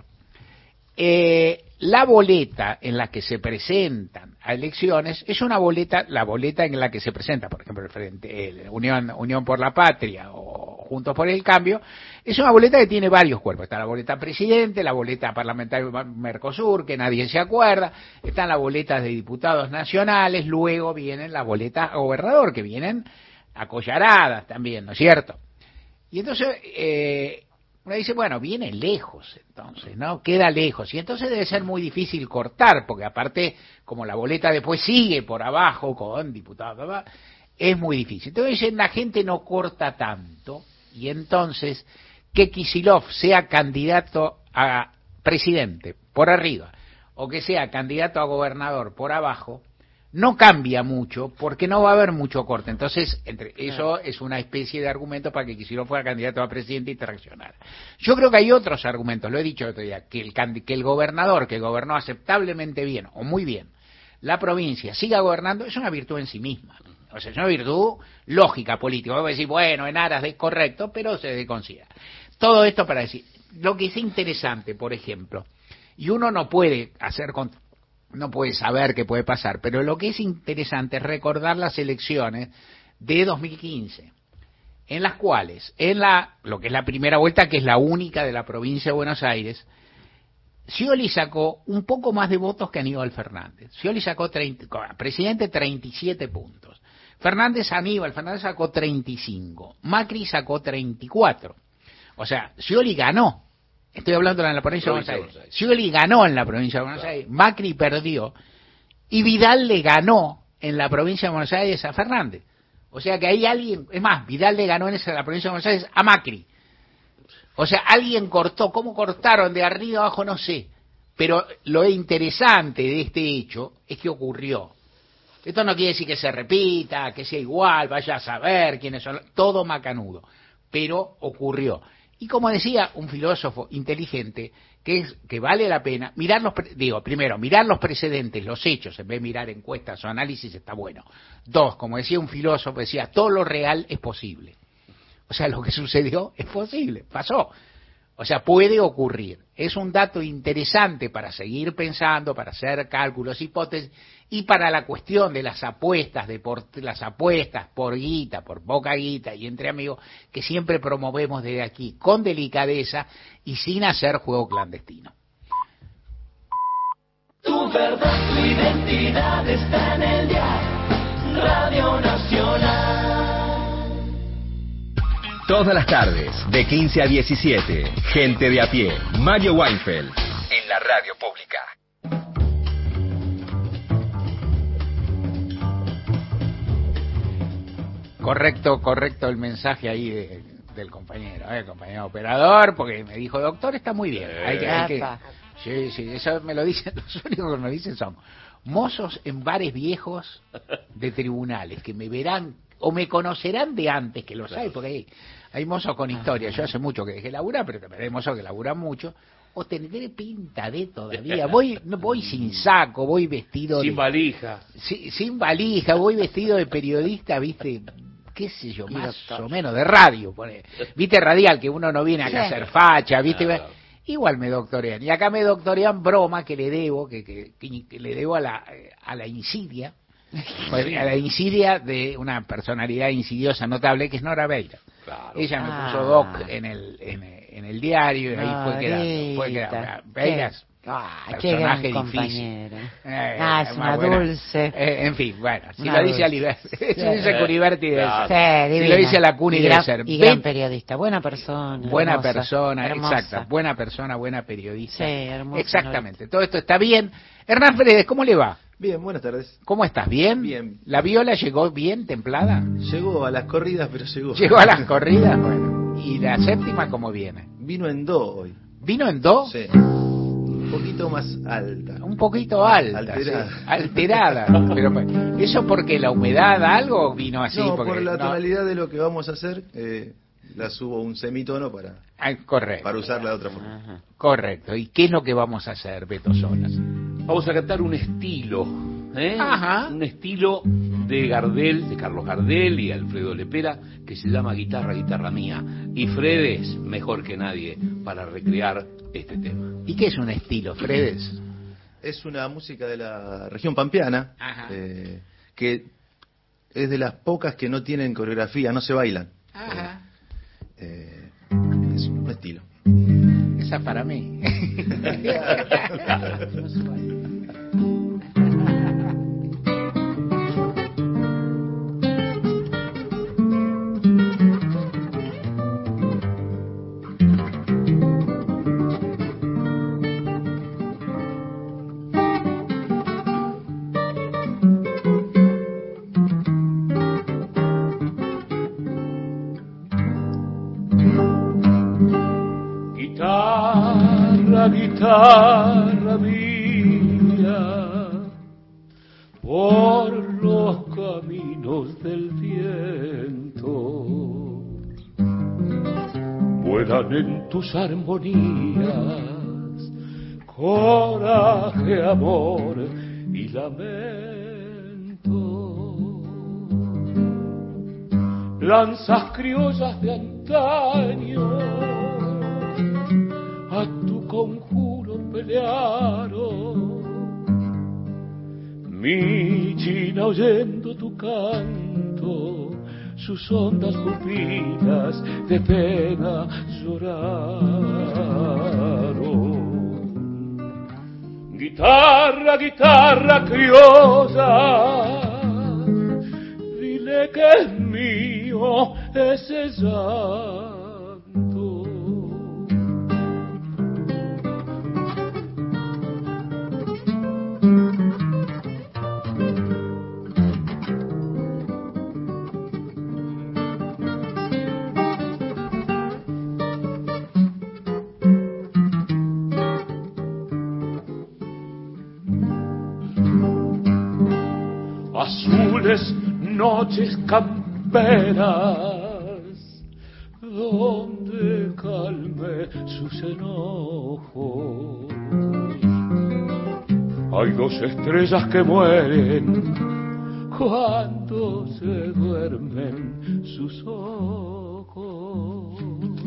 eh, la boleta en la que se presentan a elecciones, es una boleta, la boleta en la que se presenta, por ejemplo, el Frente, el Unión, Unión por la Patria o Juntos por el Cambio, es una boleta que tiene varios cuerpos. Está la boleta presidente, la boleta parlamentaria Mercosur, que nadie se acuerda, están las boletas de diputados nacionales, luego vienen las boletas a gobernador, que vienen acollaradas también, ¿no es cierto? Y entonces eh, uno dice, bueno, viene lejos entonces, ¿no? Queda lejos, y entonces debe ser muy difícil cortar, porque aparte, como la boleta después sigue por abajo con diputados, es muy difícil. Entonces dicen, la gente no corta tanto, y entonces que Kicillof sea candidato a presidente por arriba, o que sea candidato a gobernador por abajo, no cambia mucho, porque no va a haber mucho corte. Entonces, entre eso es una especie de argumento para que Kicillof fuera candidato a presidente y traccionara. Yo creo que hay otros argumentos, lo he dicho el otro día, que el, que el gobernador, que gobernó aceptablemente bien, o muy bien, la provincia, siga gobernando, es una virtud en sí misma. O sea, es una virtud lógica, política. Vamos a decir, bueno, en aras de correcto, pero se considera. Todo esto para decir, lo que es interesante, por ejemplo, y uno no puede hacer... Con, no puede saber qué puede pasar, pero lo que es interesante es recordar las elecciones de dos mil quince, en las cuales, en la lo que es la primera vuelta, que es la única de la provincia de Buenos Aires, Scioli sacó un poco más de votos que Aníbal Fernández. Scioli sacó treinta, presidente treinta y siete puntos. Fernández, Aníbal Fernández sacó treinta y cinco. Macri sacó treinta y cuatro. O sea, Scioli ganó. Estoy hablando en la provincia de Buenos Aires. Scioli ganó en la provincia de Buenos claro. Aires, Macri perdió, y Vidal le ganó en la provincia de Buenos Aires a Fernández. O sea que hay alguien, es más, Vidal le ganó en esa, la provincia de Buenos Aires a Macri. O sea, alguien cortó, ¿cómo cortaron de arriba abajo? No sé. Pero lo interesante de este hecho es que ocurrió. Esto no quiere decir que se repita, que sea igual, vaya a saber quiénes son, todo macanudo. Pero ocurrió. Y como decía un filósofo inteligente, que es que vale la pena mirar los, digo, primero, mirar los precedentes, los hechos, en vez de mirar encuestas o análisis, está bueno. Dos, como decía un filósofo, decía, todo lo real es posible. O sea, lo que sucedió es posible, pasó. O sea, puede ocurrir. Es un dato interesante para seguir pensando, para hacer cálculos, hipótesis, y para la cuestión de las apuestas, de por, las apuestas por guita, por poca guita y entre amigos, que siempre promovemos desde aquí, con delicadeza y sin hacer juego clandestino. Tu verdad, tu identidad está en el dial, Radio Nacional. Todas las tardes, de quince a diecisiete, Gente de a pie, Mario Weinfeld, en la radio pública. Correcto, correcto el mensaje ahí de, del compañero, ¿eh? El compañero operador, porque me dijo, doctor, está muy bien. Hay que, hay que, sí, sí, eso me lo dicen, los únicos que me lo dicen son mozos en bares viejos de tribunales, que me verán o me conocerán de antes, que lo saben, porque hay, hay mozos con historia. Yo hace mucho que dejé laburar, pero también hay mozos que laburan mucho. O tendré pinta de todavía. Voy no voy sin saco, voy vestido sin de, valija. Sin, sin valija, voy vestido de periodista, ¿viste? Qué sé yo, más o menos, de radio. Pone. ¿Viste? Radial, que uno no viene acá a hacer facha, ¿viste? Claro. Igual me doctorean. Y acá me doctorean broma que le debo, que, que, que le debo a la, a la insidia, a la insidia de una personalidad insidiosa notable que es Nora Beira. Claro. Ella me ah. puso doc en el, en, en el diario y ahí Ah, fue quedando. Fue Rita, quedando. qué- Vegas, Ah, qué personaje gran difícil. compañera. Eh, Ah, es más una buena. dulce. Eh, en fin, bueno, si Una lo dice dulce. Aliberti, si Sí. lo dice Cuniberti debe Sí, ser. Si divina. lo dice Lacuni Y debe gran- ser. Y gran Ven- periodista, buena persona. Buena hermosa, persona, hermosa. exacto. Buena persona, buena periodista. Sí, hermosa, Exactamente. Todo esto está bien. Hernán Fredes, ¿cómo le va? Bien, buenas tardes. ¿Cómo estás? ¿Bien? Bien. ¿La viola llegó bien, templada? Llegó a las corridas, pero llegó. Llegó a las corridas, bueno. ¿Y la séptima cómo viene? Vino en do hoy. ¿Vino en do? Sí. Un poquito más alta. Un poquito alta. Alterada. Sí. Alterada. Pero, ¿eso porque la humedad algo vino así? No, porque, por la no. tonalidad de lo que vamos a hacer, eh, la subo un semitono para, Ah, correcto. para usarla de otra forma. Ajá. Correcto. ¿Y qué es lo que vamos a hacer, Beto Solas? Vamos a cantar un estilo, ¿eh? Ajá. Un estilo de Gardel, de Carlos Gardel y Alfredo Lepera, que se llama Guitarra, Guitarra Mía. Y Fredes, mejor que nadie, para recrear este tema. ¿Y qué es un estilo, Fredes? Es una música de la región pampeana, eh, que es de las pocas que no tienen coreografía, no se bailan. Ajá. Eh, es un estilo. Esa para mí. Guitarra, guitarra mía, por los caminos del viento, vuelan en tus armonías, coraje, amor y lamento. Lanzas criollas de antaño a tu conjuro pelearon, mi china oyendo tu canto, sus hondas pupilas de pena lloraron. Guitarra, guitarra criolla, dile que es mío ese llanto. Azules noches camperas, donde calme sus enojos. Hay dos estrellas que mueren cuando se duermen sus ojos.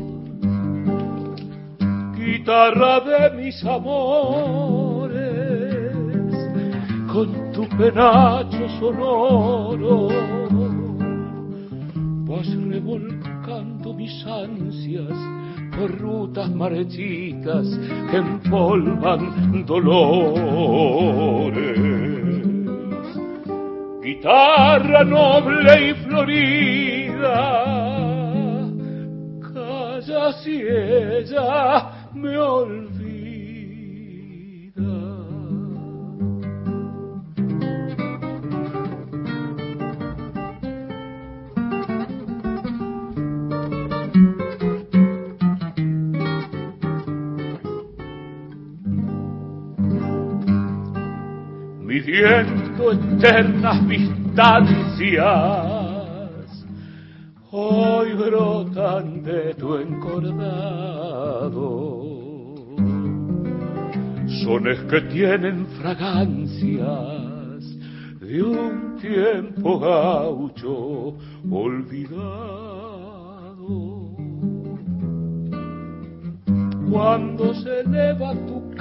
Guitarra de mis amores, con tu penacho sonoro vas revolcando mis ansias por rutas marechitas que empolvan dolores. Guitarra noble y florida, calla si ella me olvida. Midiendo eternas distancias, hoy brotan de tu encordado. Sones que tienen fragancias de un tiempo gaucho olvidado. Cuando se eleva tu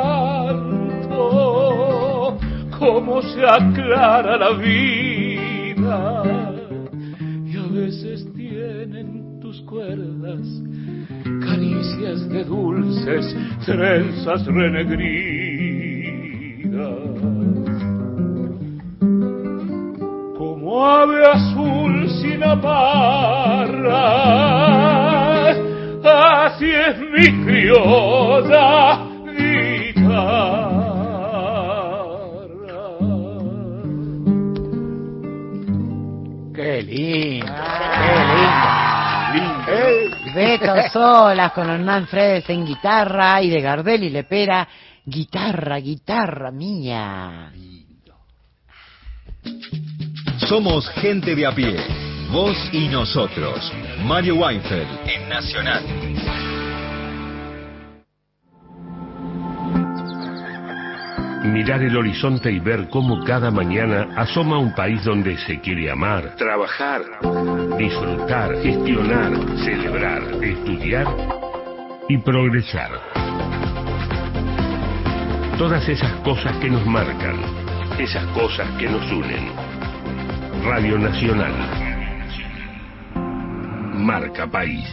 canto, cómo se aclara la vida, y a veces veces tienen tus cuerdas caricias de dulces trenzas renegridas, como ave azul sin amarras, así es mi criolla guitarra. Qué lindo, Ah, qué lindo. Eh, Beto Solas con Hernán Fredes en guitarra y de Gardel y Lepera, guitarra, guitarra mía. Somos gente de a pie, vos y nosotros. Mario Weinfeld en Nacional. Mirar el horizonte y ver cómo cada mañana asoma un país donde se quiere amar, trabajar, disfrutar, gestionar, celebrar, estudiar y progresar. Todas esas cosas que nos marcan, esas cosas que nos unen. Radio Nacional. Marca País.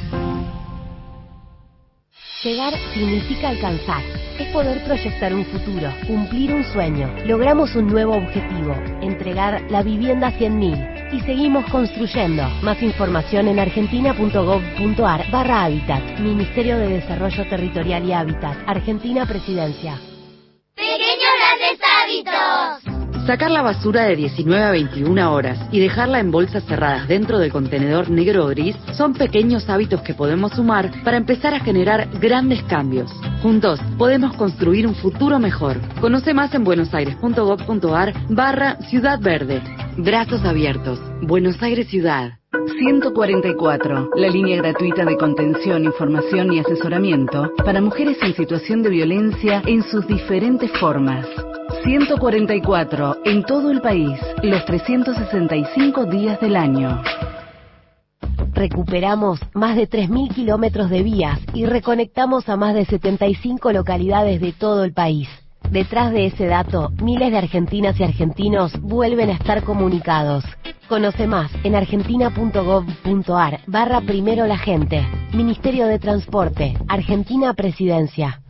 Llegar significa alcanzar. Es poder proyectar un futuro, cumplir un sueño. Logramos un nuevo objetivo, entregar la vivienda cien mil. Y seguimos construyendo. Más información en argentina.gov.ar barra Hábitat. Ministerio de Desarrollo Territorial y Hábitat. Argentina Presidencia. ¡Pequeños grandes hábitos! Sacar la basura de diecinueve a veintiuna horas y dejarla en bolsas cerradas dentro del contenedor negro o gris son pequeños hábitos que podemos sumar para empezar a generar grandes cambios. Juntos podemos construir un futuro mejor. Conoce más en buenosaires.gov.ar barra Ciudad Verde. Brazos abiertos. Buenos Aires Ciudad. ciento cuarenta y cuatro, la línea gratuita de contención, información y asesoramiento para mujeres en situación de violencia en sus diferentes formas. ciento cuarenta y cuatro, en todo el país, los trescientos sesenta y cinco días del año. Recuperamos más de tres mil kilómetros de vías y reconectamos a más de setenta y cinco localidades de todo el país. Detrás de ese dato, miles de argentinas y argentinos vuelven a estar comunicados. Conoce más en argentina.gov.ar barra primero la gente. Ministerio de Transporte, Argentina Presidencia.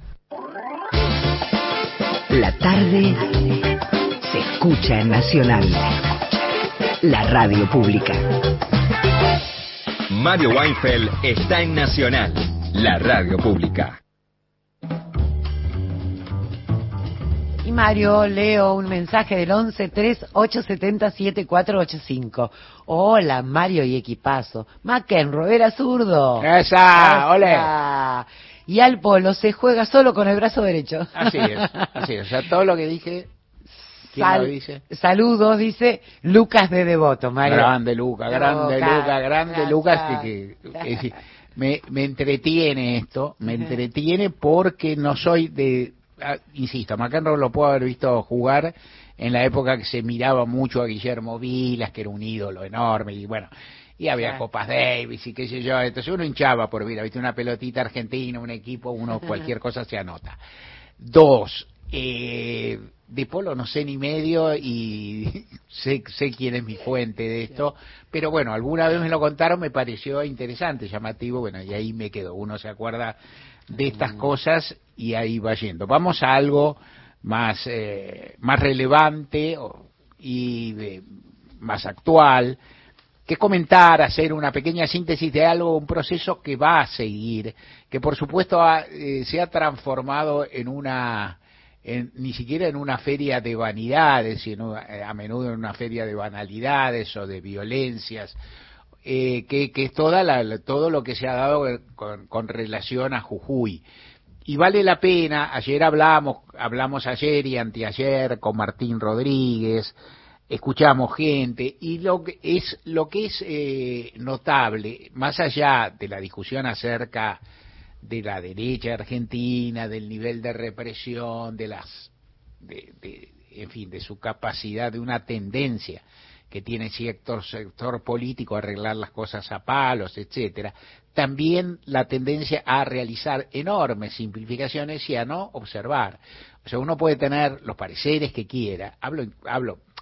La tarde se escucha en Nacional, la radio pública. Mario Weinfeld está en Nacional, la radio pública. Y Mario, leo un mensaje del once tres ocho siete cero siete cuatro ocho cinco. Hola, Mario y equipazo. McEnroe era zurdo. ¡Esa! ¡Ole! Y al polo se juega solo con el brazo derecho. Así es, así es. O sea, todo lo que dije, ¿quién Sal- lo dice? Saludos, dice Lucas de Devoto, Mario. Grande Lucas, grande Lucas, Lucas, grande gracias. Lucas, que, que- que- me, me entretiene esto, me entretiene porque no soy de, ah, insisto, McEnroe lo puedo haber visto jugar en la época que se miraba mucho a Guillermo Vilas, que era un ídolo enorme, y bueno, y había Claro. Copas Davis y qué sé yo, entonces uno hinchaba por ver, viste, una pelotita argentina, un equipo, uno cualquier cosa se anota. Dos, eh, de polo no sé ni medio y sé, sé quién es mi fuente de esto, pero bueno, alguna vez me lo contaron, me pareció interesante, llamativo, bueno, y ahí me quedo, uno se acuerda de estas cosas y ahí va yendo. Vamos a algo más, eh, más relevante o- y de- más actual, que comentar, hacer una pequeña síntesis de algo, un proceso que va a seguir, que por supuesto ha, eh, se ha transformado en una, en- ni siquiera en una feria de vanidades, sino eh, a menudo en una feria de banalidades o de violencias, eh, que, que es toda la, la- todo lo que se ha dado con, con relación a Jujuy. Y vale la pena, ayer hablamos, hablamos ayer y anteayer con Martín Rodríguez, escuchamos gente, y lo que es, lo que es eh, notable, más allá de la discusión acerca de la derecha argentina, del nivel de represión, de las, de, de, en fin, de su capacidad, de una tendencia que tiene cierto sector político a arreglar las cosas a palos, etcétera, también la tendencia a realizar enormes simplificaciones y a no observar. O sea, uno puede tener los pareceres que quiera, hablo, hablo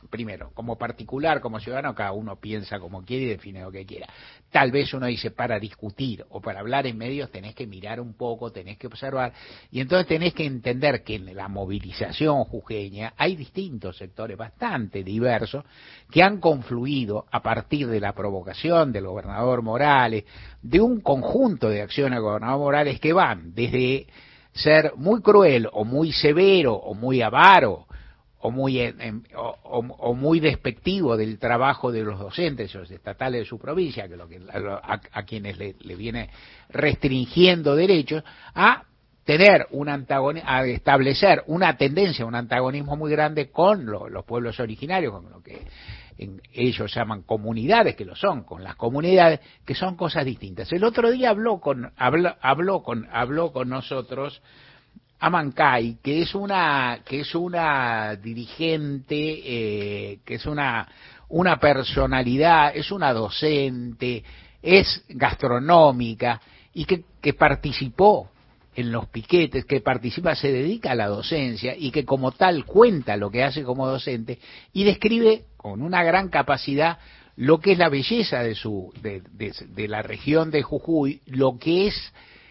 primero, como particular, como ciudadano, cada uno piensa como quiere y define lo que quiera. Tal vez uno dice, para discutir o para hablar en medios tenés que mirar un poco, tenés que observar, y entonces tenés que entender que en la movilización jujeña hay distintos sectores bastante diversos que han confluido a partir de la provocación del gobernador Morales, de un conjunto de acciones del gobernador Morales que van desde ser muy cruel o muy severo o muy avaro o muy en, o, o, o muy despectivo del trabajo de los docentes los estatales de su provincia, que lo que a, a quienes le, le viene restringiendo derechos, a tener un antagonismo, a establecer una tendencia, un antagonismo muy grande con lo, los pueblos originarios, con lo que en, ellos llaman comunidades, que lo son, con las comunidades, que son cosas distintas. El otro día habló con habló, habló con habló con nosotros Amancay, que es una que es una dirigente, eh, que es una una personalidad, es una docente, es gastronómica y que, que participó en los piquetes, que participa, se dedica a la docencia y que como tal cuenta lo que hace como docente y describe con una gran capacidad lo que es la belleza de su de, de, de la región de Jujuy, lo que es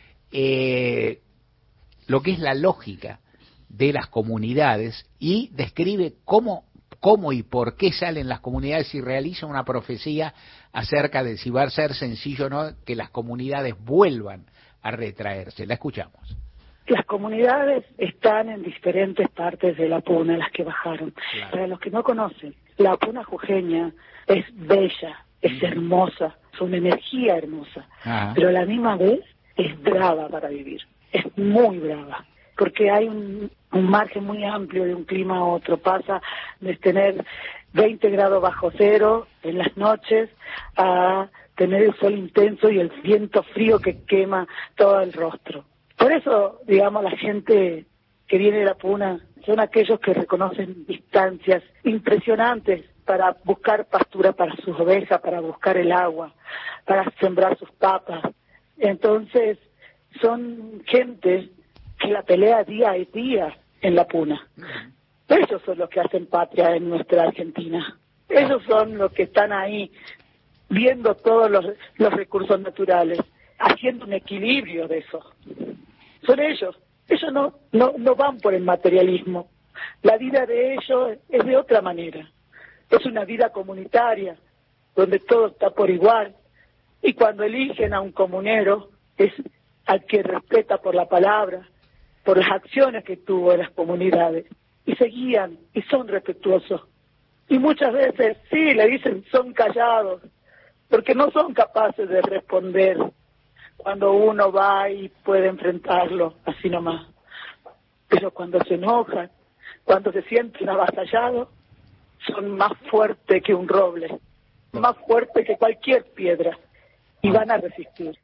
eh, lo que es la lógica de las comunidades y describe cómo, cómo y por qué salen las comunidades y realiza una profecía acerca de si va a ser sencillo o no que las comunidades vuelvan a retraerse. La escuchamos. Las comunidades están en diferentes partes de la Puna, las que bajaron. Claro. Para los que no conocen, la Puna jujeña es bella, es mm. hermosa, es una energía hermosa, Ajá. pero a la misma vez es brava para vivir. Es muy brava, porque hay un, un margen muy amplio de un clima a otro. Pasa de tener veinte grados bajo cero en las noches a tener el sol intenso y el viento frío que quema todo el rostro. Por eso, digamos, la gente que viene de la Puna son aquellos que reconocen distancias impresionantes para buscar pastura para sus ovejas, para buscar el agua, para sembrar sus papas. Entonces, son gente que la pelea día a día en la Puna. Ellos son los que hacen patria en nuestra Argentina. Ellos son los que están ahí viendo todos los, los recursos naturales, haciendo un equilibrio de eso. Son ellos. Ellos no, no, no van por el materialismo. La vida de ellos es de otra manera. Es una vida comunitaria, donde todo está por igual. Y cuando eligen a un comunero, es al que respeta por la palabra, por las acciones que tuvo en las comunidades, y se guían y son respetuosos. Y muchas veces, sí, le dicen, son callados, porque no son capaces de responder cuando uno va y puede enfrentarlo así nomás. Pero cuando se enojan, cuando se sienten avasallados, son más fuertes que un roble, más fuertes que cualquier piedra, y van a resistir.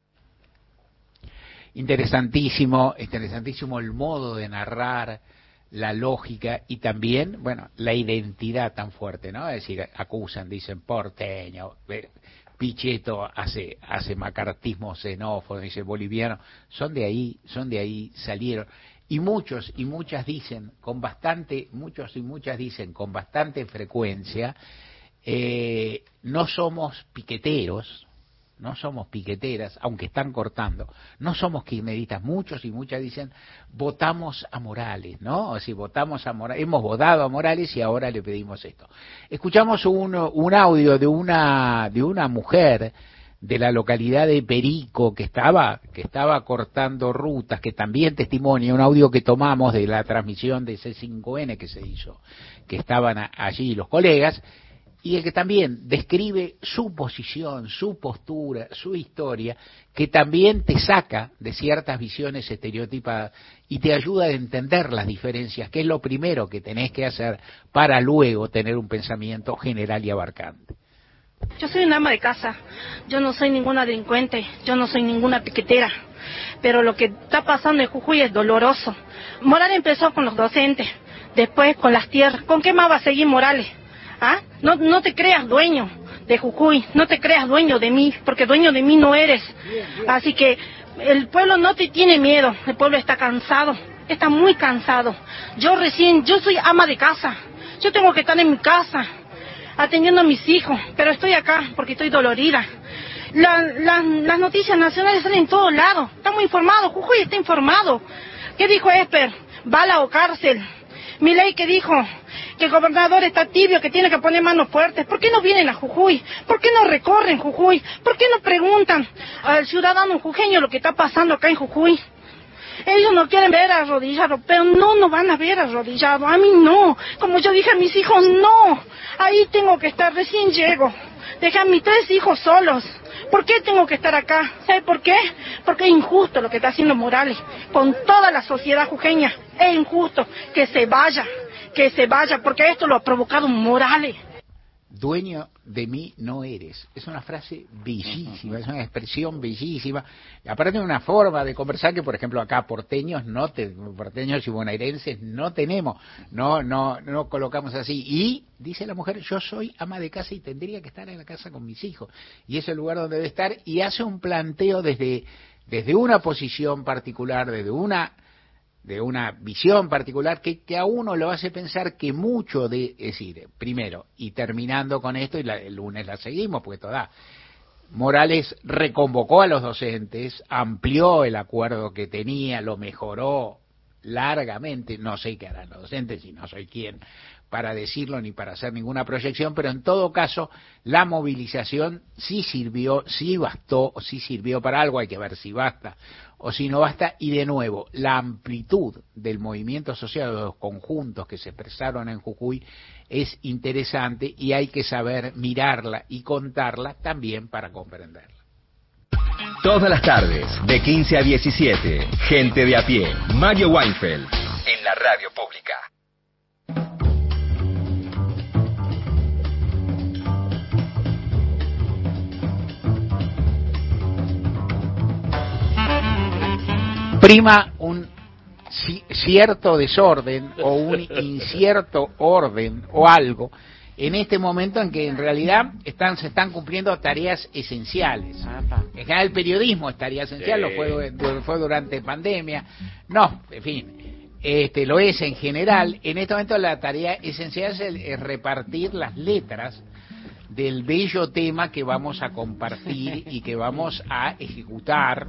Interesantísimo, interesantísimo el modo de narrar, la lógica y también, bueno, la identidad tan fuerte, ¿no? Es decir, acusan, dicen porteño, Pichetto hace hace macartismo xenófobo, dice boliviano, son de ahí, son de ahí salieron. Y muchos y muchas dicen con bastante, muchos y muchas dicen con bastante frecuencia, eh, no somos piqueteros, no somos piqueteras, aunque están cortando, no somos kirchneristas, muchos y muchas dicen, votamos a Morales, ¿no? O sea, votamos a Morales, hemos votado a Morales y ahora le pedimos esto. Escuchamos un, un audio de una, de una mujer de la localidad de Perico que estaba, que estaba cortando rutas, que también testimonia, un audio que tomamos de la transmisión de C cinco N que se hizo, que estaban a, allí los colegas, y el que también describe su posición, su postura, su historia, que también te saca de ciertas visiones estereotipadas y te ayuda a entender las diferencias, que es lo primero que tenés que hacer para luego tener un pensamiento general y abarcante. Yo soy una ama de casa, yo no soy ninguna delincuente, yo no soy ninguna piquetera, pero lo que está pasando en Jujuy es doloroso. Morales empezó con los docentes, después con las tierras. ¿Con qué más va a seguir Morales? ¿Ah? No, no te creas dueño de Jujuy, no te creas dueño de mí, porque dueño de mí no eres. Así que el pueblo no te tiene miedo, el pueblo está cansado, está muy cansado. Yo recién, yo soy ama de casa, Yo tengo que estar en mi casa, atendiendo a mis hijos, pero estoy acá porque estoy dolorida. La, la, las noticias nacionales salen en todos lados, estamos informados, Jujuy está informado. ¿Qué dijo Esper? Bala o cárcel. Milei que dijo que el gobernador está tibio, que tiene que poner manos fuertes. ¿Por qué no vienen a Jujuy? ¿Por qué no recorren Jujuy? ¿Por qué no preguntan al ciudadano jujeño lo que está pasando acá en Jujuy? Ellos no quieren ver arrodillado, pero no, no van a ver arrodillado. A mí no. Como yo dije a mis hijos, no. Ahí tengo que estar, recién llego. Dejé a mis tres hijos solos. ¿Por qué tengo que estar acá? ¿Sabe por qué? Porque es injusto lo que está haciendo Morales con toda la sociedad jujeña. Es injusto que se vaya, que se vaya, porque esto lo ha provocado Morales. Dueño de mí no eres. Es una frase bellísima, es una expresión bellísima. Aparte de una forma de conversar que, por ejemplo, acá porteños no te, porteños y bonaerenses no tenemos, no, no, no colocamos así. Y dice la mujer, yo soy ama de casa y tendría que estar en la casa con mis hijos. Y es el lugar donde debe estar. Y hace un planteo desde, desde una posición particular, desde una de una visión particular que, que a uno lo hace pensar que mucho de, es decir, primero, y terminando con esto, y la, el lunes la seguimos, porque toda, Morales reconvocó a los docentes, amplió el acuerdo que tenía, lo mejoró largamente, no sé qué harán los docentes, y no soy quien para decirlo ni para hacer ninguna proyección, pero en todo caso, la movilización sí sirvió, sí bastó, sí sirvió para algo, hay que ver si basta o si no basta, y de nuevo, la amplitud del movimiento social, de los conjuntos que se expresaron en Jujuy, es interesante y hay que saber mirarla y contarla también para comprenderla. Todas las tardes, de quince a diecisiete, Gente de a pie, Mario Weinfeld, en la radio pública. Prima un cierto desorden o un incierto orden o algo en este momento en que en realidad están se están cumpliendo tareas esenciales. En general el periodismo es tarea esencial, lo fue, fue durante pandemia, no, en fin, este lo es en general. En este momento la tarea esencial es, el, es repartir las letras del bello tema que vamos a compartir y que vamos a ejecutar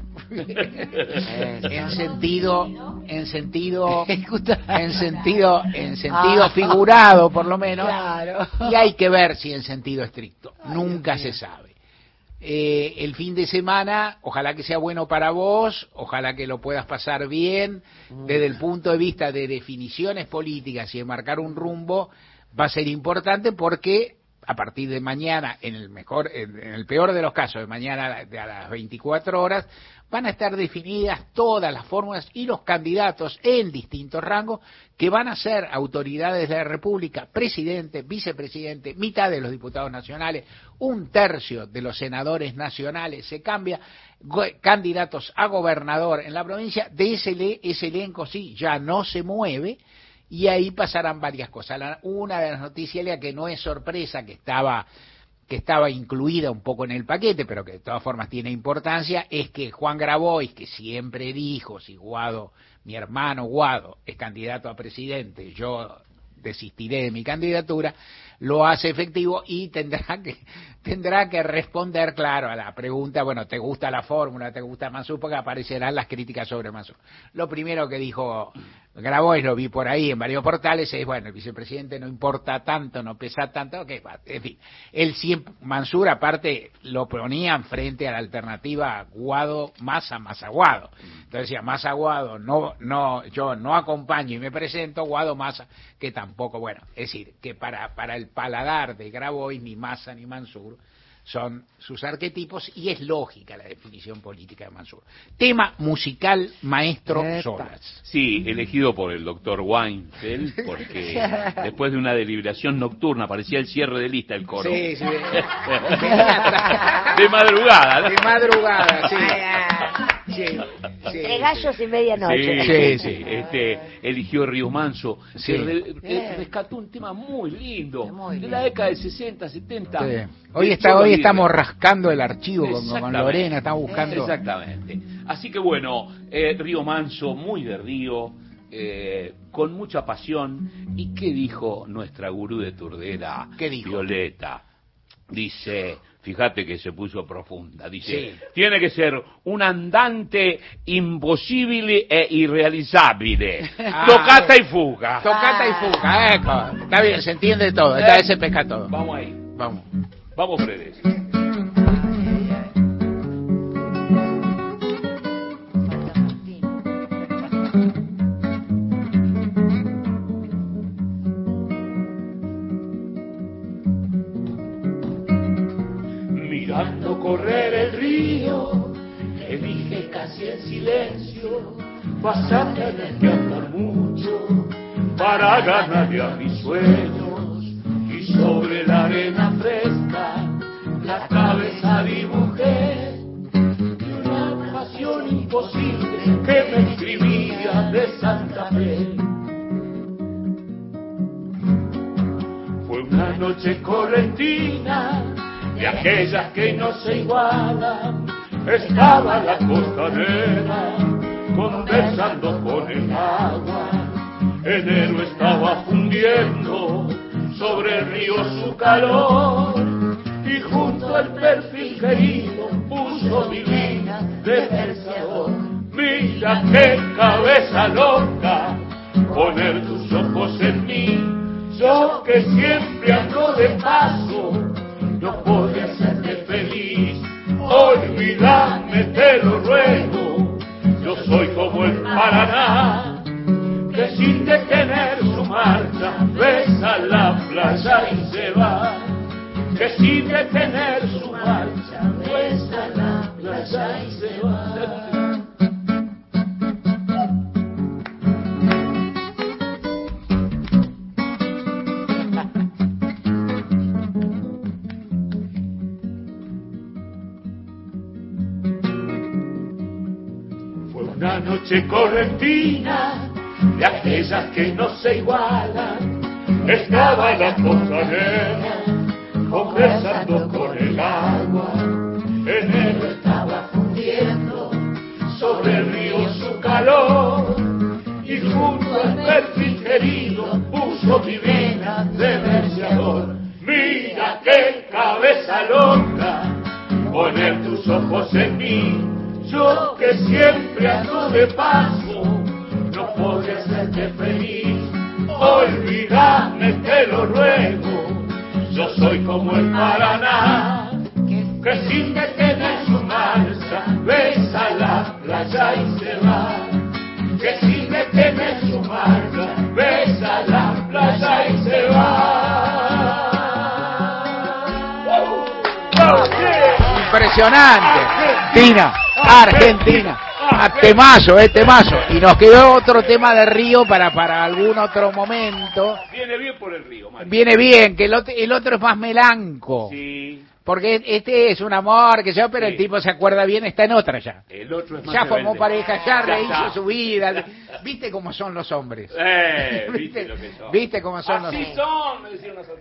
en sentido en sentido en sentido en sentido figurado por lo menos, y hay que ver si en sentido estricto, nunca se sabe. Eh, el fin de semana, ojalá que sea bueno para vos, ojalá que lo puedas pasar bien, desde el punto de vista de definiciones políticas y de marcar un rumbo, va a ser importante porque a partir de mañana, en el mejor, en el peor de los casos, de mañana a las veinticuatro horas, van a estar definidas todas las fórmulas y los candidatos en distintos rangos que van a ser autoridades de la República, presidente, vicepresidente, mitad de los diputados nacionales, un tercio de los senadores nacionales, se cambia, candidatos a gobernador en la provincia, de ese, ese elenco sí, ya no se mueve. Y ahí pasarán varias cosas. La, una de las noticias, que no es sorpresa, que estaba que estaba incluida un poco en el paquete, pero que de todas formas tiene importancia, es que Juan Grabois, que siempre dijo, si Guado, mi hermano Guado, es candidato a presidente, yo desistiré de mi candidatura, lo hace efectivo y tendrá que tendrá que responder, claro, a la pregunta, bueno, ¿te gusta la fórmula? ¿Te gusta Mansur? Porque aparecerán las críticas sobre Mansur. Lo primero que dijo Grabois, lo vi por ahí en varios portales, es, bueno, el vicepresidente no importa tanto, no pesa tanto, okay, en fin, él siempre, Mansur aparte lo ponían frente a la alternativa Guado, Massa, Massa, Guado. Entonces decía, Massa, Guado, no, no, yo no acompaño y me presento, Guado, Massa, que tampoco, bueno, es decir, que para, para el paladar de Grabois ni Massa ni Mansur son sus arquetipos y es lógica la definición política de Mansur. Tema musical, maestro Epa. Solas. Sí, elegido por el doctor Weinfeld, porque después de una deliberación nocturna parecía el cierre de lista el coro. Sí, sí. De madrugada, ¿no? De madrugada, sí. Sí, sí, entre gallos y medianoche. Sí, sí, sí. Este, eligió Río Manso, sí. Se re, re, rescató un tema muy lindo, muy de la década de sesenta, setenta. Sí. Hoy está, hoy estamos rascando el archivo con, con Lorena, estamos buscando. Exactamente. Así que bueno, eh, Río Manso, muy de Río, eh, con mucha pasión. ¿Y qué dijo nuestra gurú de Turdera? ¿Qué dijo? Violeta. Dice, fíjate que se puso profunda, dice, Sí. tiene que ser un andante imposible e irrealizabile. Ah, Toccata y fuga. Tocata y fuga, ecco. Está bien, se entiende todo, está ese pesca todo. Vamos ahí. Vamos. Vamos, Fredes. Mirando correr el río, le dije casi en silencio, vas a tener que andar mucho para ganarle a mis sueños. Y sobre la arena fresca, la cabeza dibujé de una pasión imposible que me escribía de Santa Fe. Fue una noche correntina, de aquellas que no se igualan. Estaba la costanera conversando con el agua. Enero estaba fundiendo sobre el río su calor, y junto al perfil querido puso divina de terciador. Mira qué cabeza loca, poner tus ojos en mí, yo que siempre ando de paso, no podría hacerte feliz. Olvídame, te lo ruego, yo soy como el Paraná, que sin detener su marcha besa la playa y se va. Que sin detener su marcha besa la playa y se va. Una noche correntina, de aquellas que no se igualan. Estaba la costanera conversando con el agua. Enero estaba fundiendo sobre el río su calor, y junto al perfil querido puso divina de verseador. Mira qué cabeza loca, poner tus ojos en mí, yo que siempre ando de paso, no podré hacerte feliz. Olvídame, te lo ruego, yo soy como el Paraná, que sin detener su marcha besa la playa y se va. Que sin detener su marcha besa la playa y se va. Impresionante. Argentina, Argentina. Ah, temazo, eh, temazo. Y nos quedó otro tema de Río para, para algún otro momento. Viene bien por el río, Mario. Viene bien, que el otro, el otro es más melanco. Sí. Porque este es un amor, que yo, pero sí. El tipo se acuerda bien, está en otra ya. El otro es más ya rebelde. formó pareja, ya, Ya rehizo está. su vida. ¿Viste cómo son los hombres? Eh, viste lo que son. ¿Viste cómo son Así los son, me decían nosotros.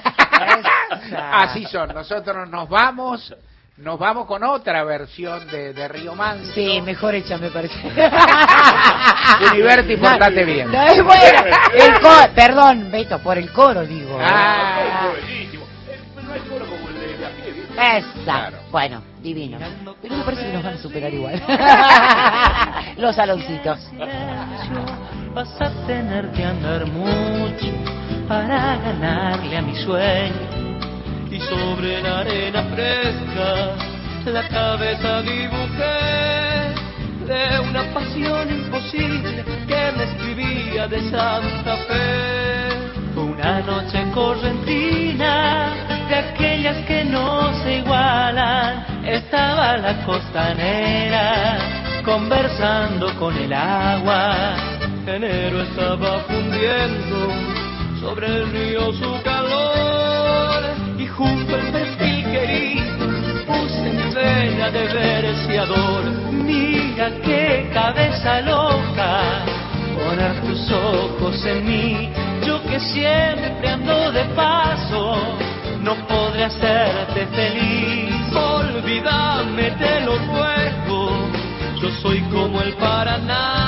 Así son. Nosotros nos vamos, nos vamos con otra versión de, de Río Manso. Sí, mejor hecha me parece. Univerti, portate bien. No, es bueno. El coro, perdón, Beto, por el coro digo. Ah, es buenísimo. Es- No es coro como el de la pie, ¿viste? Esa. Claro. Bueno, divino. Pero me parece que nos van a superar igual. Los saloncitos. Vas a tener que andar mucho para ganarle a mi sueño. Y sobre la arena fresca la cabeza dibujé de una pasión imposible que me escribía de Santa Fe. Fue una noche correntina, de aquellas que no se igualan. Estaba la costanera conversando con el agua. Enero estaba fundiendo sobre el río su calor, y junto al perfil querido puse mi vena de verseador. Mira qué cabeza loca, poner tus ojos en mí, yo que siempre ando de paso, no podré hacerte feliz. Olvídame, te lo ruego, yo soy como el Paraná,